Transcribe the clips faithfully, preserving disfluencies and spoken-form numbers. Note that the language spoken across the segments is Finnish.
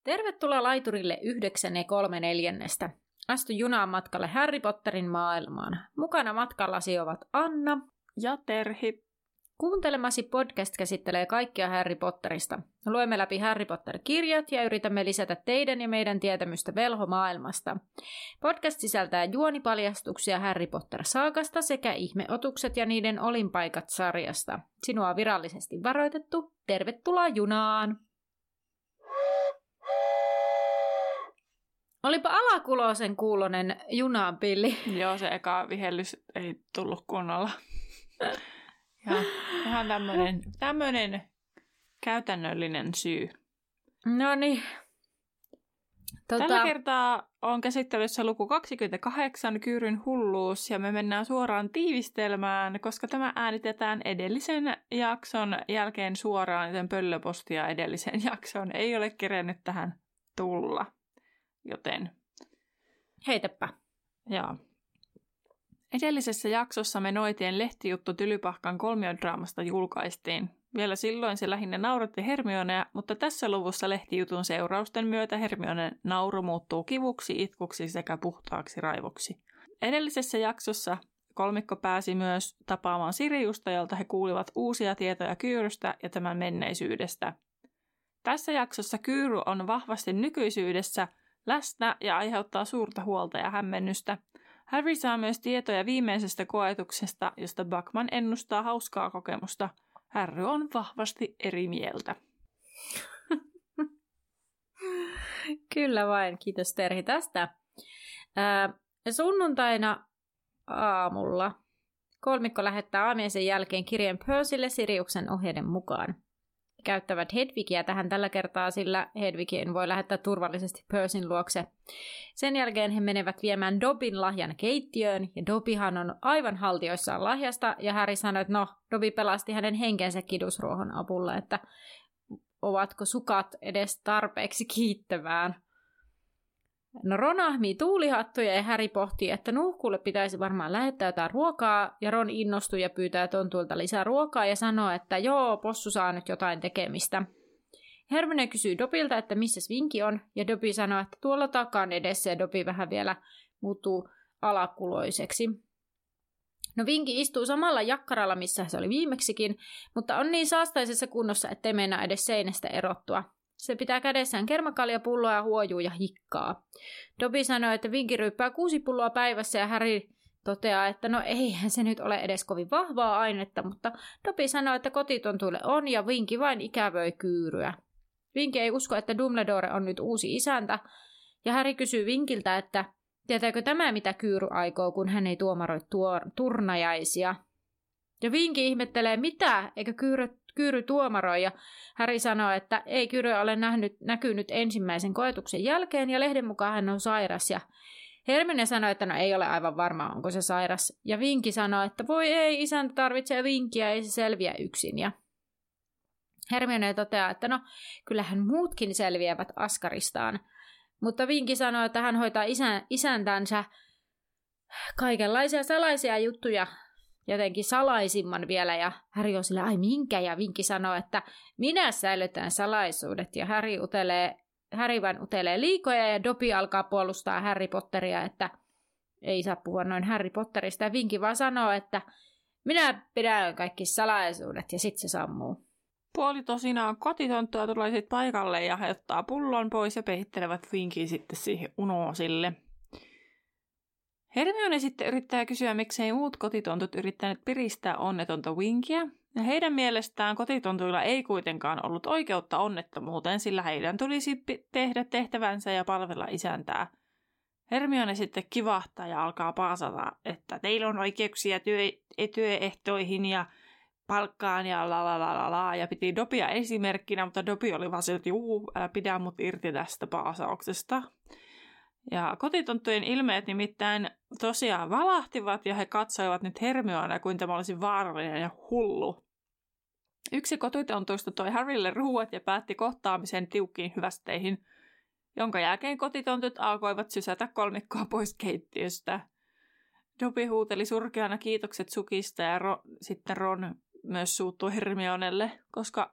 Tervetuloa laiturille yhdeksän ja kolme neljännestä. Astu junaan matkalle Harry Potterin maailmaan. Mukana matkallasi ovat Anna ja Terhi. Kuuntelemasi podcast käsittelee kaikkea Harry Potterista. Luemme läpi Harry Potter-kirjat ja yritämme lisätä teidän ja meidän tietämystä velhomaailmasta. Podcast sisältää juonipaljastuksia Harry Potter-saakasta sekä ihmeotukset ja niiden olinpaikat-sarjasta. Sinua on virallisesti varoitettu. Tervetuloa junaan! Olipa alakuloisen kuulonen junaanpilli. Joo, se eka vihellys ei tullut kunnolla. Ja ihan tämmöinen, tämmöinen käytännöllinen syy. No niin. Tota... Tällä kertaa on käsittelyssä luku kaksikymmentäkahdeksan, Kyyryn hulluus, ja me mennään suoraan tiivistelmään, koska tämä äänitetään edellisen jakson jälkeen suoraan, joten pöllöpostia edellisen jakson ei ole kerennyt tähän tulla. Joten heitäpä. Joo. Edellisessä jaksossa me Noitien lehtijuttu Tylypahkan kolmiodraamasta julkaistiin. Vielä silloin se lähinnä nauratti Hermionea, mutta tässä luvussa lehtijutun seurausten myötä Hermionen nauru muuttuu kivuksi, itkuksi sekä puhtaaksi raivoksi. Edellisessä jaksossa kolmikko pääsi myös tapaamaan Siriusta, jolta he kuulivat uusia tietoja Kyyrystä ja tämän menneisyydestä. Tässä jaksossa Kyyry on vahvasti nykyisyydessä läsnä ja aiheuttaa suurta huolta ja hämmennystä. Harry saa myös tietoja viimeisestä koetuksesta, josta Buckman ennustaa hauskaa kokemusta. Harry on vahvasti eri mieltä. Kyllä vain, kiitos Terhi tästä. Ää, sunnuntaina aamulla kolmikko lähettää aamiaisen jälkeen kirjeen Percylle Siriuksen ohjeiden mukaan. Käyttävät Hedvigia tähän tällä kertaa, sillä Hedvigin voi lähettää turvallisesti Percyn luokse. Sen jälkeen he menevät viemään Dobin lahjan keittiöön, ja Dobihan on aivan haltioissaan lahjasta, ja Harry sanoi, että no, Dobby pelasti hänen henkensä kidusruohon avulla, että ovatko sukat edes tarpeeksi kiittävään. No Ron ahmii tuulihattuja ja Harry pohtii, että nuhkulle pitäisi varmaan lähettää jotain ruokaa, ja Ron innostuu ja pyytää tontulta lisää ruokaa ja sanoo, että joo, possu saa nyt jotain tekemistä. Hermione kysyy Dobbilta, että missä Vinki on, ja Dobby sanoo, että tuolla takan edessä, ja Dobby vähän vielä muuttuu alakuloiseksi. No Vinki istuu samalla jakkaralla, missä se oli viimeksikin, mutta on niin saastaisessa kunnossa, ettei meinaa edes seinästä erottua. Se pitää kädessään kermakaljapulloa ja huojuu ja hikkaa. Dobby sanoo, että Vinki ryyppää kuusi pulloa päivässä ja Harry toteaa, että no eihän se nyt ole edes kovin vahvaa ainetta, mutta Dobby sanoo, että kotitontuille on ja Vinki vain ikävöi Kyyryä. Vinki ei usko, että Dumbledore on nyt uusi isäntä ja Harry kysyy Vinkiltä, että tietääkö tämä mitä Kyyry aikoo, kun hän ei tuomaroi tuo turnajaisia. Ja Vinki ihmettelee, mitä, eikö Kyyry Kyyry tuomaroi, ja Harry sanoo, että ei Kyyry ole nähnyt, näkynyt ensimmäisen koetuksen jälkeen, ja lehden mukaan hän on sairas, ja Hermione sanoo, että no ei ole aivan varma, onko se sairas, ja Vinki sanoo, että voi ei, isäntä tarvitsee Vinkiä, ei se selviä yksin, ja Hermione toteaa, että no kyllähän muutkin selviävät askaristaan, mutta Vinki sanoo, että hän hoitaa isän, isäntänsä kaikenlaisia salaisia juttuja, jotenkin salaisimman vielä, ja Harry on sillä, ai minkä, ja Vinki sanoo, että minä säilytän salaisuudet, ja Harry, utelee, Harry vain utelee liikoja, ja Dobby alkaa puolustaa Harry Potteria, että ei saa puhua noin Harry Potterista, ja Vinki vaan sanoo, että minä pidän kaikki salaisuudet, ja sitten se sammuu. Puoli tosinaan kotitonttua tulee sitten paikalle, ja he ottaa pullon pois, ja pehittelevät Vinkiä sitten siihen unoosille. Hermione sitten yrittää kysyä, miksei muut kotitontut yrittäneet piristää onnetonta Winkiä. Ja heidän mielestään kotitontuilla ei kuitenkaan ollut oikeutta onnettomuuteen, sillä heidän tulisi tehdä tehtävänsä ja palvella isäntää. Hermione sitten kivahtaa ja alkaa paasata, että teillä on oikeuksia työ, työehtoihin ja palkkaan ja la la la la la. Ja piti Dobbya esimerkkinä, mutta Dobby oli vaan se, että juu, älä pidä mut irti tästä paasauksesta. Ja kotitonttujen ilmeet nimittäin tosiaan valahtivat ja he katsoivat nyt Hermionea, kuin tämä olisi vaarallinen ja hullu. Yksi kotitontuista toi Harrylle ruuat ja päätti kohtaamisen tiukkiin hyvästeihin, jonka jälkeen kotitontut alkoivat sysätä kolmikkoa pois keittiöstä. Dobby huuteli surkeana kiitokset sukista ja Ron, sitten Ron myös suuttui Hermionelle, koska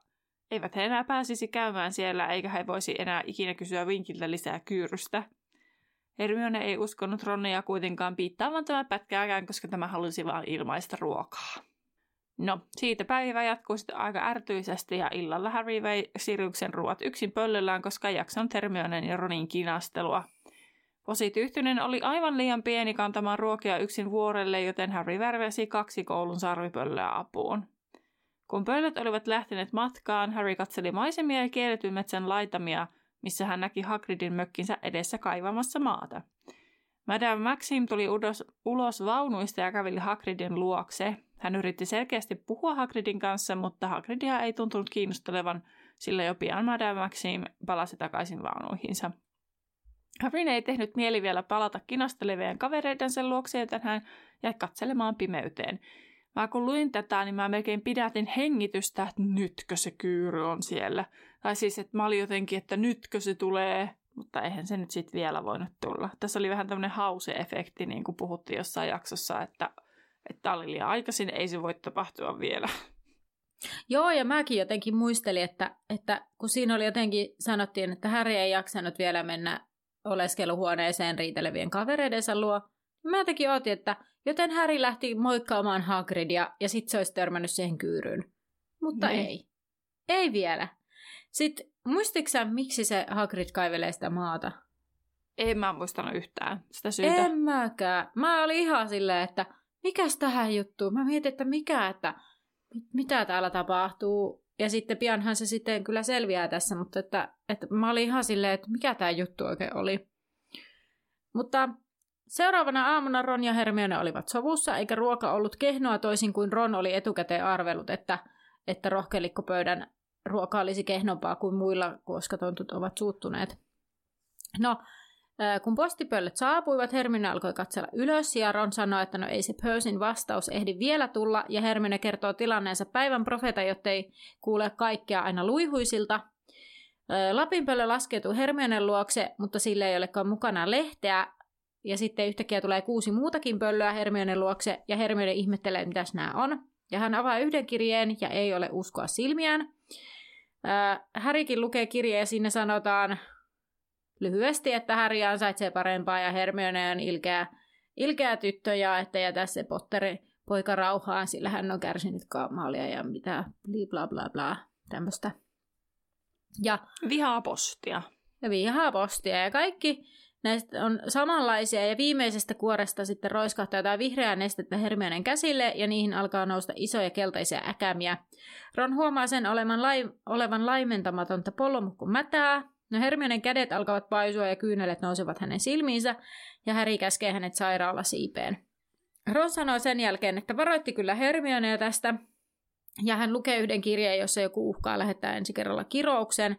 Eivät he enää pääsisi käymään siellä, eikä he voisi enää ikinä kysyä Winkiltä lisää kyyrystä. Hermione ei uskonut Ronia kuitenkaan piittaamaan tämä pätkääkään, koska tämä halusi vain ilmaista ruokaa. No, siitä päivä jatkui sitten aika ärtyisesti ja illalla Harry vei Siriuksen ruoat yksin pöllöllään, koska ei jaksanut Hermionen ja Ronin kinastelua. Posityyhtynen oli aivan liian pieni kantamaan ruokia yksin vuorelle, joten Harry värväsi kaksi koulun sarvipöllöä apuun. Kun pöllöt olivat lähteneet matkaan, Harry katseli maisemia ja kielletyn metsän laitamia, missä hän näki Hagridin mökkinsä edessä kaivamassa maata. Madame Maxim tuli ulos, ulos vaunuista ja käveli Hagridin luokse. Hän yritti selkeästi puhua Hagridin kanssa, mutta Hagridia ei tuntunut kiinnostelevan, sillä jo pian Madame Maxim palasi takaisin vaunuihinsa. Harryn ei tehnyt mieli vielä palata kinastelevien kavereidensa luokse, joten hän jäi katselemaan pimeyteen. Mä kun luin tätä, niin mä melkein pidätin hengitystä, että nytkö se kyyry on siellä. Tai siis, että mä olin jotenkin, että nytkö se tulee, mutta eihän se nyt sitten vielä voinut tulla. Tässä oli vähän tämmöinen hause-efekti, niin kuin puhuttiin jossain jaksossa, että että oli liian aikaisin, ei se voi tapahtua vielä. Joo, ja mäkin jotenkin muistelin, että, että kun siinä oli jotenkin, sanottiin, että Harry ei jaksanut vielä mennä oleskeluhuoneeseen riitelevien kavereidensa luo, niin mä jotenkin ootin, että joten Harry lähti moikkaamaan Hagridia ja sitten se olisi törmännyt siihen kyyryyn. Mutta niin. ei. Ei vielä. Sitten muistitko sä, miksi se Hagrid kaivelee sitä maata? En mä muistanut yhtään sitä syytä. En mäkään. Mä olin ihan silleen, että mikäs tähän juttuun? Mä mietin, että mikä, että mitä täällä tapahtuu. Ja sitten pianhan se sitten kyllä selviää tässä, mutta että, että mä olin ihan silleen, että mikä tää juttu oikein oli. Mutta seuraavana aamuna Ron ja Hermione olivat sovussa, eikä ruoka ollut kehnoa toisin kuin Ron oli etukäteen arvellut, että, että rohkelikkopöydän ruoka olisi kehnompaa kuin muilla, koska tontut ovat suuttuneet. No, kun postipöllöt saapuivat, Hermione alkoi katsella ylös ja Ron sanoi, että no ei se Percyn vastaus ehdi vielä tulla, ja Hermione kertoo tilanneensa päivän profeeta, jottei kuule kaikkea aina luihuisilta. Lapinpöllö laskeutuu Hermionen luokse, mutta sille ei olekaan mukana lehteä, ja sitten yhtäkkiä tulee kuusi muutakin pöllöä Hermionen luokse, ja Hermione ihmettelee, että mitäs nämä on. Ja hän avaa yhden kirjeen ja ei ole uskoa silmiään. Harrykin lukee kirjeen ja sinne sanotaan lyhyesti, että Harry ansaitsee parempaa ja Hermione on ilkeä, ilkeä tyttö ja että jätä se Potteri poika rauhaan, sillä hän on kärsinyt kaamaalia ja mitä bla bla bla tämmöistä. Ja vihaa postia. Ja vihaa postia ja kaikki näistä on samanlaisia ja viimeisestä kuoresta sitten roiskahtaa jotain vihreää nestettä Hermionen käsille ja niihin alkaa nousta isoja keltaisia äkämiä. Ron huomaa sen olevan, lai, olevan laimentamatonta pollomukun mätää. No Hermionen kädet alkavat paisua ja kyynelet nousevat hänen silmiinsä ja Harry käskee hänet sairaalasiipeen. Ron sanoo sen jälkeen, että varoitti kyllä Hermionea tästä ja hän lukee yhden kirjeen, jossa joku uhkaa lähettää ensi kerralla kirouksen.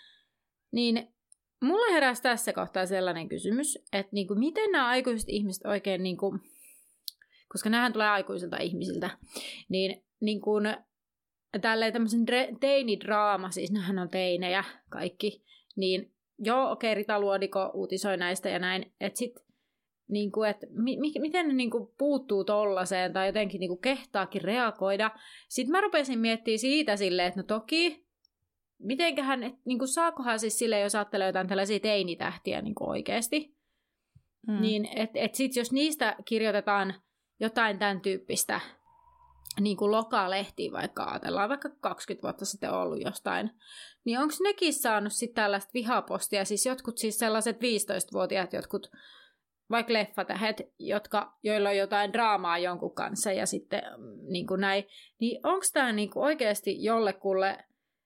Niin mulla heräsi tässä kohtaa sellainen kysymys, että niinku, miten nämä aikuiset ihmiset oikein, niinku, koska nämähän tulee aikuisilta ihmisiltä, niin niinku, tälleen tämmöisen teinidraama, siis nämähän on teinejä kaikki, niin joo, okei, okay, Rita Luodiko uutisoi näistä ja näin, että sit niinku, et, mi- mi- miten ne niinku puuttuu tollaiseen tai jotenkin niinku kehtaakin reagoida. Sitten mä rupesin miettimään siitä silleen, että no toki, mitenköhän, et, niinku, saakohan siis silleen, jos ajattelee jotain tällaisia teinitähtiä niinku oikeasti, mm. niin että et sit jos niistä kirjoitetaan jotain tämän tyyppistä, niin kuin Lokalehtiin vaikka ajatellaan, vaikka kaksikymmentä vuotta sitten ollut jostain, niin onko nekin saanut sitten tällaista vihapostia, siis jotkut siis sellaiset viisitoistavuotiaat, jotkut vaikka leffatähet, jotka, joilla on jotain draamaa jonkun kanssa ja sitten niin kuin näin, niin onko tämä niin kuin oikeasti jollekulle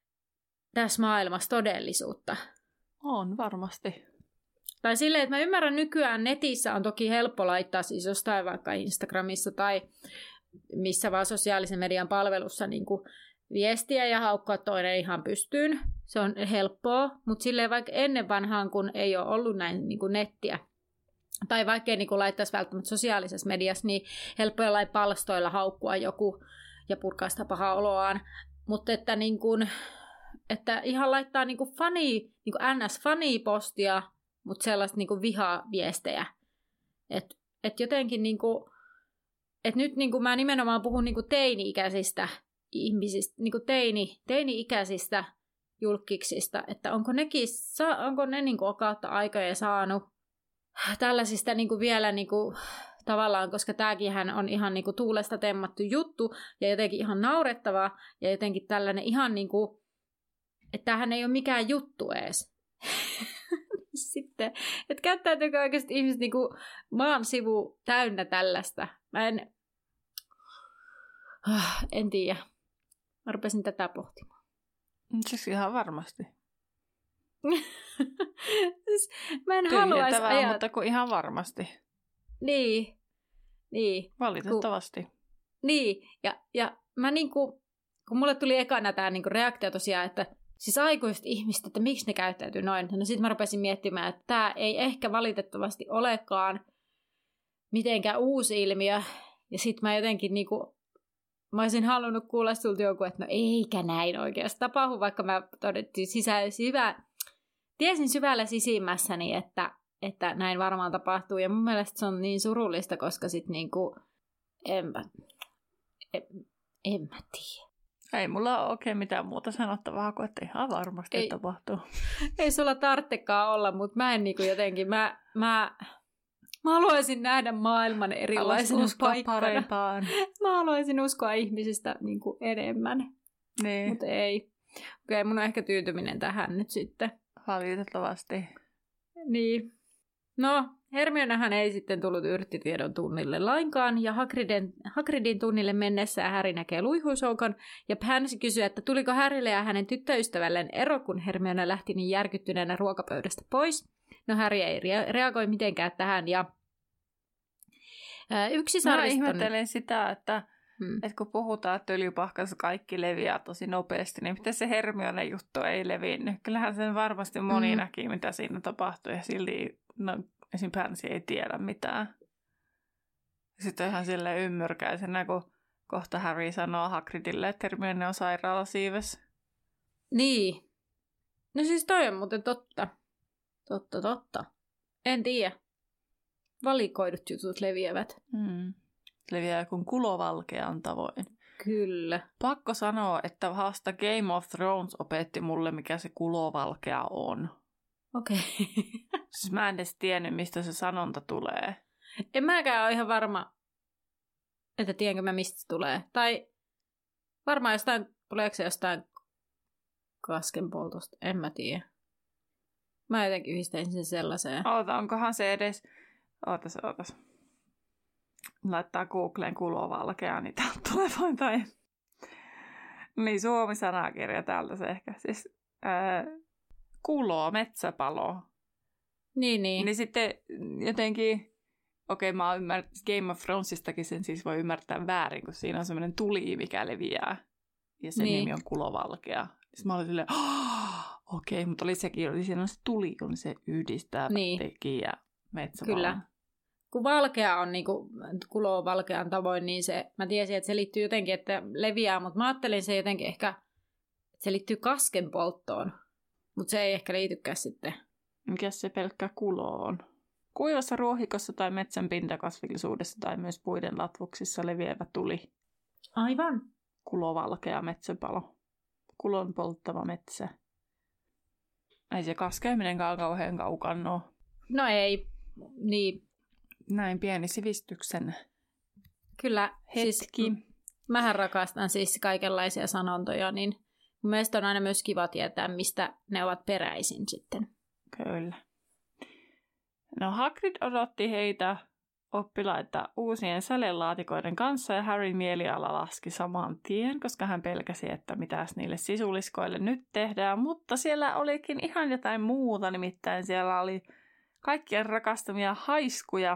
tässä maailmassa todellisuutta? On varmasti. Tai silleen, että mä ymmärrän nykyään netissä on toki helppo laittaa siis jostain vaikka Instagramissa tai missä vaan sosiaalisen median palvelussa niin kuin viestiä ja haukkaa toinen ihan pystyyn. Se on helppoa, mutta silleen vaikka ennen vanhaan, kun ei ole ollut näin niin kuin nettiä, tai vaikka ei niin kuin laittaisi välttämättä sosiaalisessa mediassa, niin helppo jollain palstoilla haukkua joku ja purkaa sitä pahaa oloaan. Mutta että, niin kuin, että ihan laittaa niin kuin funny, niin kuin N S-funny-postia, mutta sellaista niin kuin vihaviestejä. Että et jotenkin niin kuin että nyt niin kuin mä nimenomaan puhun niin kuin teini-ikäisistä ihmisistä, niin kuin teini, teini-ikäisistä julkiksista, että onko, nekin, onko ne niin kuin kautta aikoja saanut tällaisista niin kuin vielä niin kuin, tavallaan, koska tämäkin on ihan niin kuin tuulesta temmattu juttu ja jotenkin ihan naurettavaa ja jotenkin tällainen ihan niin kuin, että tämähän ei ole mikään juttu edes. Sitten, että käyttäytyykö oikeasti ihmiset niin kuin maan sivu täynnä tällaista? Mä en, en tiedä. Mä rupesin tätä pohtimaan. Siis ihan varmasti. siis, mä en haluaisi ajat... mutta kun ihan varmasti. Niin. niin. Valitettavasti. Ku... Niin. Ja, ja mä niinku, kun mulle tuli ekana tää niinku reaktio tosiaan, että siis aikuiset ihmiset, että miksi ne käyttäytyy noin. No sit mä rupesin miettimään, että tää ei ehkä valitettavasti olekaan mitenkään uusi ilmiö. Ja sit mä jotenkin niinku, mä olisin halunnut kuulla sulta joku, että no eikä näin oikeasti tapahdu, vaikka mä todettiin sisä, syvä, tiesin syvällä sisimmässäni, että, että näin varmaan tapahtuu. Ja mun mielestä se on niin surullista, koska sit niinku, enpä, en, en mä tiedä. Ei mulla ole oikein mitään muuta sanottavaa kuin, että ihan varmasti ei, tapahtuu. Ei sulla tarvitsekaan olla, mutta mä en niinku jotenkin, mä, mä, mä haluaisin nähdä maailman erilaisena paikkana. Parempaan. Mä haluaisin uskoa ihmisistä niinku enemmän, niin. Mutta ei. Okei, mun on ehkä tyytyminen tähän nyt sitten. Valitettavasti. Niin. No, Hermionehan ei sitten tullut yrttitiedon tunnille lainkaan, ja Hagridin, Hagridin tunnille mennessään Harry näkee luihuusoukan, ja Pansy kysyy, että tuliko Harrylle ja hänen tyttöystävälleen ero, kun Hermione lähti niin järkyttyneenä ruokapöydästä pois. No, Harry ei rea- reagoi mitenkään tähän, ja ää, yksi saariston... Mä ihmettelen sitä, että, hmm. että kun puhutaan, että öljypahkassa kaikki leviää tosi nopeasti, niin miten se Hermione juttu ei levinnyt? Kyllähän sen varmasti moni hmm. näki, mitä siinä tapahtui, ja silti... No, esim. Pansy ei tiedä mitään. Sitten on ihan silleen ymmyrkäisenä, kun kohta Harry sanoo Hagridille, että Hermione on sairaalasiivessä. Niin. No siis toi on muuten totta. Totta, totta. En tiedä. Valikoidut jutut leviävät. Hmm. Leviää kuin kulovalkean tavoin. Kyllä. Pakko sanoa, että vasta Game of Thrones opetti mulle, mikä se kulovalkea on. Okei. Okay. Siis mä en edes tiennyt, mistä se sanonta tulee. En mäkään ole ihan varma, että tiedänkö mä, mistä se tulee. Tai varmaan jostain, tuleeko se jostain kaskenpoltosta, en mä tiedä. Mä jotenkin yhdistäisin sen sellaiseen. Oota, onkohan se edes... Ootas, ootas. Laittaa Googleen kulovalkea, niin täältä tulee vain tai... Niin, Suomi-sanakirja täältä se ehkä. Siis... Ää... Kulo, metsäpalo. Niin, niin. Niin sitten jotenkin, okei, mä oon ymmärtänyt, Game of Thronesistakin sen siis voi ymmärtää väärin, kun siinä on semmoinen tuli, mikä leviää. Ja sen niin. nimi on kulovalkea. Sitten mä olin silleen, oh, okei, mutta oli sekin, oli siinä on se tuli, on se yhdistävä niin. tekijä metsäpalo. Kyllä. Kun valkea on niin kuin kulovalkean tavoin, niin se, mä tiesin, että se liittyy jotenkin, että leviää, mutta mä ajattelin se jotenkin ehkä, että se liittyy kasken polttoon. Mutta se ei ehkä liitykään sitten. Mikäs se pelkkä kulo on? Kuivassa ruohikossa tai metsän pintakasvillisuudessa tai myös puiden latvuksissa leviävä tuli. Aivan. Kulovalkea metsäpalo. Kulon polttava metsä. Ei se kaskeaminenkaan kauhean kaukan ole. No ei. Niin. Näin pieni sivistyksen Kyllä. hetki. Siis, mähän rakastan siis kaikenlaisia sanontoja, niin mun mielestä on aina myös kiva tietää, mistä ne ovat peräisin sitten. Kyllä. No Hagrid odotti heitä oppilaita uusien sälelaatikoiden kanssa ja Harryn mieliala laski saman tien, koska hän pelkäsi, että mitäs niille sisuliskoille nyt tehdään. Mutta siellä olikin ihan jotain muuta, nimittäin siellä oli kaikkien rakastamia haiskuja.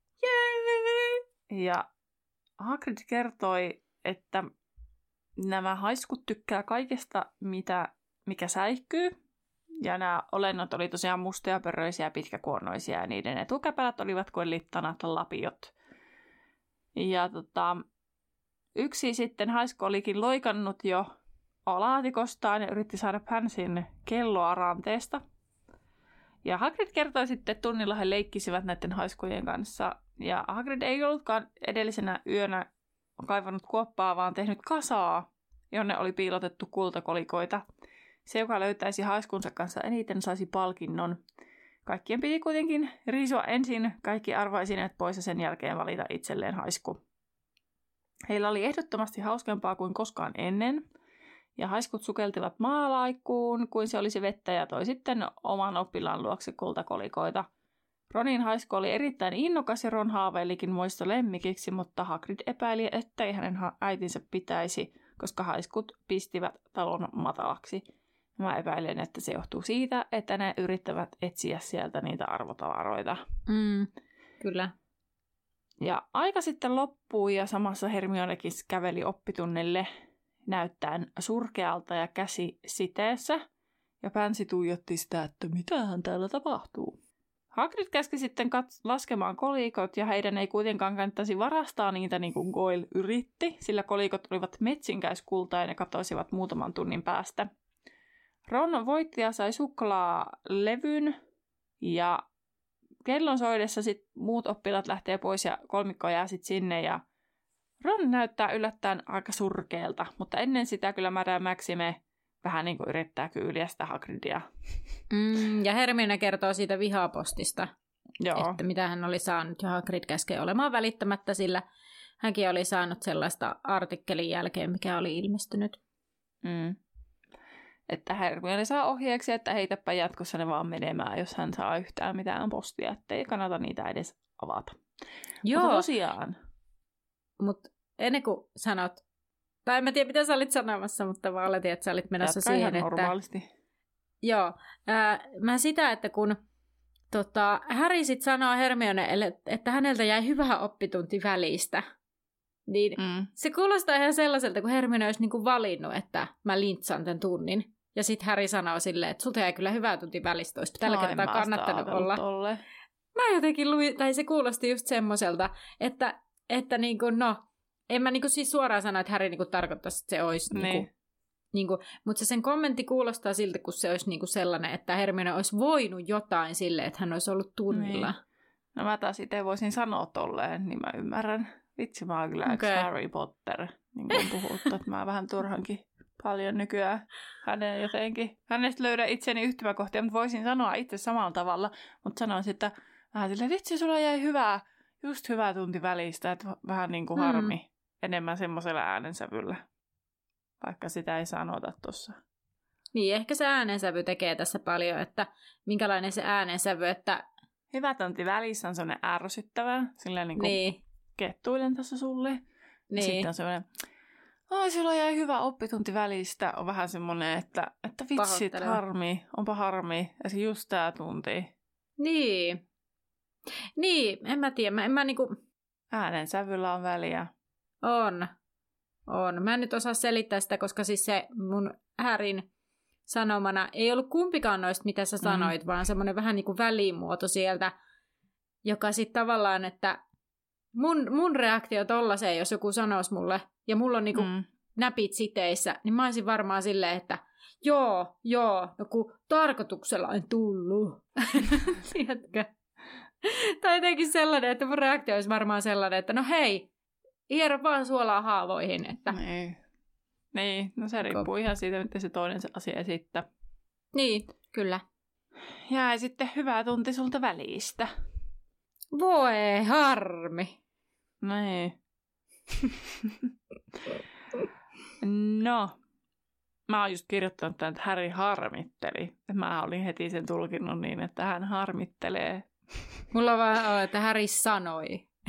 Jee! Ja Hagrid kertoi, että nämä haiskut tykkää kaikesta, mitä, mikä säihkyy. Ja nämä olennot oli tosiaan musteapöröisiä ja pitkäkuornoisia ja niiden etukäpälät olivat kuin littanat lapiot. Ja tota, yksi sitten haisku olikin loikannut jo laatikostaan ja yritti saada Pansyn kelloa ranteesta. Ja Hagrid kertoi sitten, että tunnilla he leikkisivät näiden haiskujen kanssa. Ja Hagrid ei ollutkaan edellisenä yönä kaivannut kuoppaa, vaan tehnyt kasaa, jonne oli piilotettu kultakolikoita. Se, joka löytäisi haiskunsa kanssa eniten, saisi palkinnon. Kaikkien piti kuitenkin riisua ensin kaikki arvaisineet pois ja sen jälkeen valita itselleen haisku. Heillä oli ehdottomasti hauskempaa kuin koskaan ennen. Ja haiskut sukeltivat maalaikkuun, kuin se olisi vettä ja toi sitten oman oppilaan luokse kultakolikoita. Ronin haisku oli erittäin innokas ja Ron haaveilikin muista lemmikiksi, mutta Hagrid epäili, ettei hänen äitinsä pitäisi, koska haiskut pistivät talon matalaksi. Mä epäilen, että se johtuu siitä, että ne yrittävät etsiä sieltä niitä arvotavaroita. Mm, kyllä. Ja aika sitten loppui ja samassa Hermionekin käveli oppitunnille näyttäen surkealta ja käsi siteessä. Ja Pansy tuijotti sitä, että mitähän täällä tapahtuu. Hagrid käski sitten kat- laskemaan kolikot ja heidän ei kuitenkaan kannattaisi varastaa niitä niin kuin Goyle yritti, sillä kolikot olivat metsinkäiskultaa ja ne katoisivat muutaman tunnin päästä. Ron voitti ja sai suklaalevyn ja kellon soidessa sit muut oppilaat lähtee pois ja kolmikko jää sitten sinne ja Ron näyttää yllättäen aika surkeelta, mutta ennen sitä kyllä Madame Maxime vähän niin kuin yrittää kyyliä sitä Hagridia. Mm, ja Hermione kertoo siitä vihapostista, Joo. että mitä hän oli saanut ja Hagrid käskee olemaan välittämättä, sillä hänkin oli saanut sellaista artikkelin jälkeen, mikä oli ilmestynyt. Mm. Että Hermione saa ohjeeksi, että heitäpä jatkossa ne vaan menemään, jos hän saa yhtään mitään postia, ettei kannata niitä edes avata. Joo. Mutta tosiaan. Mutta ennen kuin sanot, tai en mä tiedä mitä sä olit sanomassa, mutta mä oletin, että sä olit menossa Jatka siihen, ihan että... normaalisti. Joo. Ää, mä sitä, että kun tota, Harry sit sanoo Hermionelle, että häneltä jäi hyvä oppitunti välistä, niin Mm. se kuulostaa ihan sellaiselta, kun Hermione olisi niinku valinnut, että mä lintsaan tämän tunnin. Ja sitten Harry sanoo silleen, että sulta jäi kyllä hyvä tunti välistä, olisi tällä No, kertaa kannattanut olla. Tolle. Mä jotenkin luin, tai se kuulosti just semmoiselta, että, että niinku, no, en mä niinku siis suoraan sano, että Harry niinku tarkoittaisi, että se olisi, niin. niinku, niinku, mutta se sen kommentti kuulostaa siltä, kun se olisi niinku sellainen, että Hermione olisi voinut jotain silleen, että hän olisi ollut tunnilla. Niin. No mä taas itse voisin sanoa tolleen, niin mä ymmärrän. Vitsi, mä oon kyllä Okay. okay. Harry Potter, niin kuin on puhuttu, että mä vähän turhankin paljon nykyään hänen jotenkin. Hänestä löydän itseni yhtymäkohtia, mutta voisin sanoa itse samalla tavalla, mutta sanoisin, että vähän silleen, vitsi, sulla jäi hyvää, just hyvä tunti välistä, että vähän niin kuin harmi, mm. enemmän semmoisella äänensävyllä, vaikka sitä ei sanota tuossa. Niin, ehkä se äänensävy tekee tässä paljon, että minkälainen se äänensävy, että... Hyvä tunti välissä on semmoinen ärsyttävää, silleen niin kuin Niin. kettuilen tässä sulle. Ja Niin. sitten on semmoinen, ai sulla jäi hyvä oppitunti välistä, on vähän semmoinen, että, että vitsit, Pahoitteleva. harmi, onpa harmi, ja se just tää tunti. Niin. Niin, en mä tiedä, mä, en mä niinku... Äänensävyllä on väliä. On. On. Mä en nyt osaa selittää sitä, koska siis se mun Harryn sanomana ei ollut kumpikaan noista, mitä sä sanoit, mm. vaan semmoinen vähän niin kuin välimuoto sieltä, joka sitten tavallaan, että mun, mun reaktio tollaiseen, jos joku sanoisi mulle, ja mulla on niin kuin Mm. näpit siteissä, niin mä olisin varmaan silleen, että joo, joo, joku tarkoituksella en tullut. Tiedätkö? Tai jotenkin sellainen, että mun reaktio olisi varmaan sellainen, että no hei, hiero vaan suolaa haavoihin. Että... Niin. Niin, no se riippuu ihan siitä, miten se toinen se asia esittää. Niin, kyllä. Jäi sitten hyvää tunti sulta välistä. Voi harmi. Niin. No. Mä oon just kirjoittanut tämän, että Harry harmitteli. Mä olin heti sen tulkinnut niin, että hän harmittelee. Mulla on vaan, että Harry sanoi.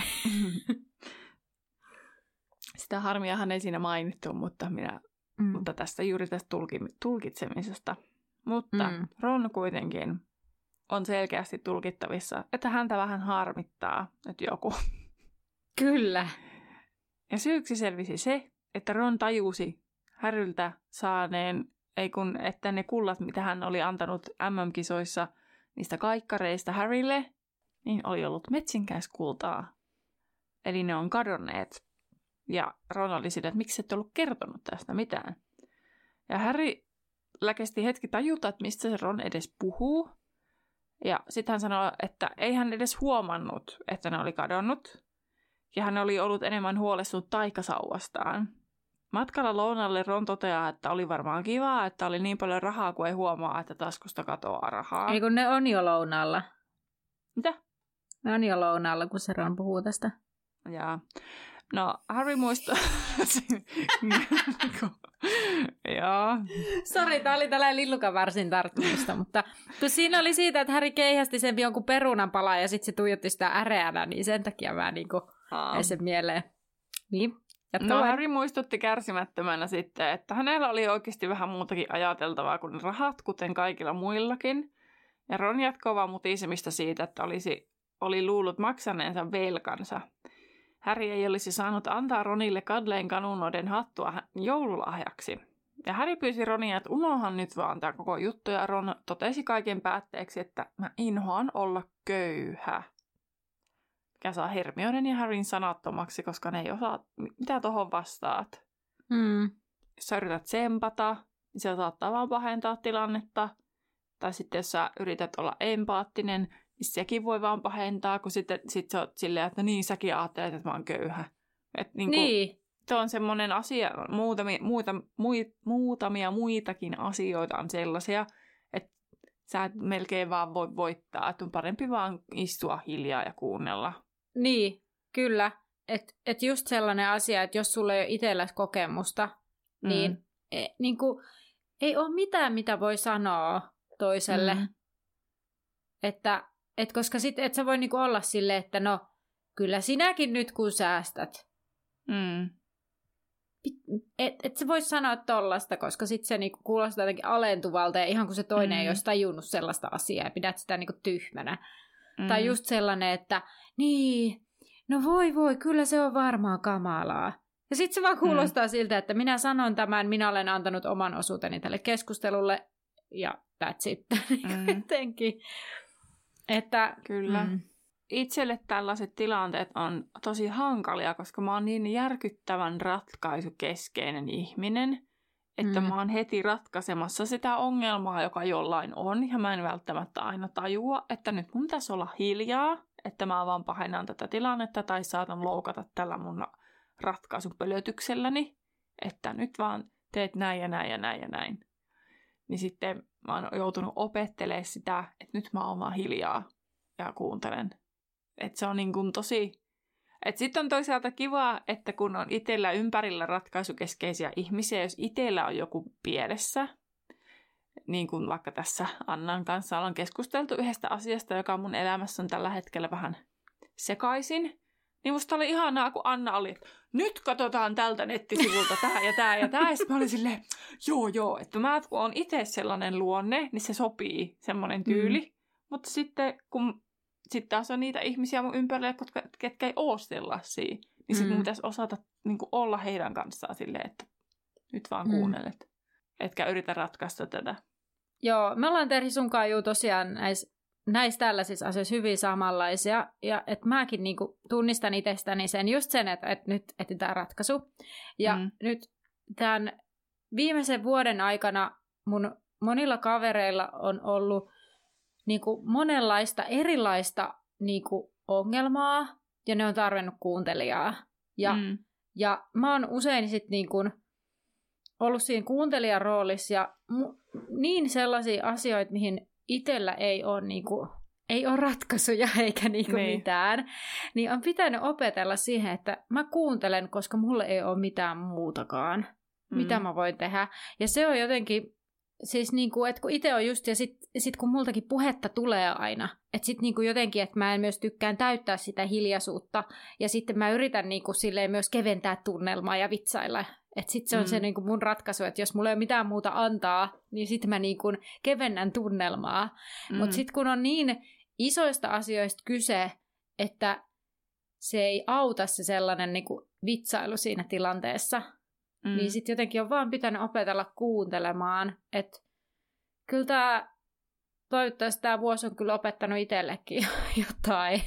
Sitä harmiahan ei siinä mainittu, mutta, minä, mm. mutta tästä juuri tästä tulki, tulkitsemisesta. Mutta mm. Ron kuitenkin on selkeästi tulkittavissa, että häntä vähän harmittaa, että joku. Kyllä. Ja syyksi selvisi se, että Ron tajusi Harryltä saaneen, ei kun, että ne kullat, mitä hän oli antanut M M-kisoissa niistä kaikkareista Harrylle, niin oli ollut metsinkäiskultaa. Eli ne on kadonneet. Ja Ron oli sillä, että miksi et ollut kertonut tästä mitään. Ja Harry läkesti hetki tajuta, että mistä se Ron edes puhuu. Ja sitten hän sanoi, että ei hän edes huomannut, että ne oli kadonnut. Ja hän oli ollut enemmän huolestunut taikasauvastaan. matkalla lounalle Ron toteaa, että oli varmaan kivaa, että oli niin paljon rahaa, kun ei huomaa, että taskusta katoaa rahaa. Ei kun ne on jo lounaalla. Mitä? Ne on jo lounaalla, kun se Ron puhuu tästä. Jaa. No, Harry muistaa... Joo. Sori, tää oli tällainen lillukanvarsin tarttumista, mutta kun siinä oli siitä, että Harry keihästi sen jonkun perunan palaa ja sitten se tuijotti sitä äreänä, niin sen takia mä niinku ei sen mieleen. Niin, no Harry muistutti kärsimättömänä sitten, että hänellä oli oikeasti vähän muutakin ajateltavaa kuin rahat, kuten kaikilla muillakin. Ja Ron jatkoi vaan mutisemista siitä, että olisi, oli luullut maksaneensa velkansa. Harry ei olisi saanut antaa Ronille Kadleen kanunoiden hattua joululahjaksi. Ja Harry pyysi Ronia, että unohan nyt vaan tämä koko juttu, ja Ron totesi kaiken päätteeksi, että mä inhoan olla köyhä. Mikä saa Hermionen ja Harryn sanattomaksi, koska ne ei osaa, mitä tohon vastaat. Mm. Jos sä yrität tsempata, niin se saattaa vaan pahentaa tilannetta. Tai sitten jos sä yrität olla empaattinen, niin sekin voi vaan pahentaa, kun sitten sit sä oot silleen, että niin säkin ajattelet, että mä oon köyhä. Et niin kun, niin. Se on semmoinen asia, muutamia, muuta, muit, muutamia muitakin asioita on sellaisia, että sä et melkein vaan voi voittaa, että on parempi vaan istua hiljaa ja kuunnella. Niin, kyllä. Että et just sellainen asia, että jos sulla ei ole itselläsi kokemusta, mm. niin, e, niin kuin, ei ole mitään, mitä voi sanoa toiselle. Mm. Että, et koska sitten et sä voi niinku olla silleen, että no, kyllä sinäkin nyt kun säästät. Mm. Et, et sä voi sanoa tollasta, koska sitten se niinku kuulostaa jotenkin alentuvalta ja ihan kun se toinen mm. ei olisi tajunnut sellaista asiaa ja pidät sitä niinku tyhmänä. Mm. Tai just sellainen, että niin, no voi voi, kyllä se on varmaan kamalaa. Ja sitten se vaan kuulostaa mm. siltä, että minä sanon tämän, minä olen antanut oman osuuteni tälle keskustelulle ja that's it. Mm. Jotenkin. Että, kyllä. Mm. Itselle tällaiset tilanteet on tosi hankalia, koska mä oon niin järkyttävän ratkaisukeskeinen ihminen, että mm. mä oon heti ratkaisemassa sitä ongelmaa, joka jollain on, ja mä en välttämättä aina tajua, että nyt mun pitäisi olla hiljaa, että mä vaan pahennan tätä tilannetta tai saatan loukata tällä mun ratkaisupölötykselläni, että nyt vaan teet näin ja näin ja näin ja näin. Niin sitten mä oon joutunut opettelemaan sitä, että nyt mä oon vaan hiljaa ja kuuntelen. Että se on niin kuin tosi... Että sitten on toisaalta kiva, että kun on itsellä ympärillä ratkaisukeskeisiä ihmisiä, jos itsellä on joku pielessä, niin kuin vaikka tässä Annan kanssa ollaan keskusteltu yhdestä asiasta, joka mun elämässä on tällä hetkellä vähän sekaisin, niin musta oli ihanaa, kun Anna oli, että nyt katsotaan tältä nettisivulta tää ja tää ja tää. Ja sitten mä olin silleen, joo joo, että mä kun on itse sellainen luonne, niin se sopii, semmoinen tyyli. Mm. Mutta sitten kun sitten taas on niitä ihmisiä mun ympärillä, ketkä, ketkä ei ole sellaisia, niin sitten mm. mun pitäisi osata niin kuin olla heidän kanssaan silleen, että nyt vaan kuunnelet. Mm. Etkä yritä ratkaista tätä. Joo, me ollaan Terhi sunkaan juu tosiaan näissä näis tällaisissa asioissa hyvin samanlaisia. Ja että mäkin niinku tunnistan itsestäni sen just sen, että, että nyt etsitään ratkaisu. Ja mm. nyt tämän viimeisen vuoden aikana mun monilla kavereilla on ollut niinku monenlaista erilaista niinku ongelmaa. Ja ne on tarvinnut kuuntelijaa. Ja, mm. ja mä oon usein sit niinku ollut siinä kuuntelijan roolissa ja mu- niin sellaisia asioita, mihin itsellä ei ole, niinku, ei ole ratkaisuja eikä niinku niin. mitään, niin on pitänyt opetella siihen, että mä kuuntelen, koska mulle ei ole mitään muutakaan, mm. mitä mä voin tehdä. Ja se on jotenkin, siis niinku, että kun itse on just, ja sit, sit kun multakin puhetta tulee aina, että sit niinku jotenkin, että mä en myös tykkään täyttää sitä hiljaisuutta, ja sitten mä yritän niinku silleen myös keventää tunnelmaa ja vitsailla. Että sitten se on mm. se niinku mun ratkaisu, että jos mulla ei ole mitään muuta antaa, niin sitten mä niinku kevennän tunnelmaa. Mm. Mutta sitten kun on niin isoista asioista kyse, että se ei auta se sellainen niinku vitsailu siinä tilanteessa, mm. niin sitten jotenkin on vaan pitänyt opetella kuuntelemaan. Että kyllä tämä, toivottavasti tämä vuosi on kyllä opettanut itsellekin jotain.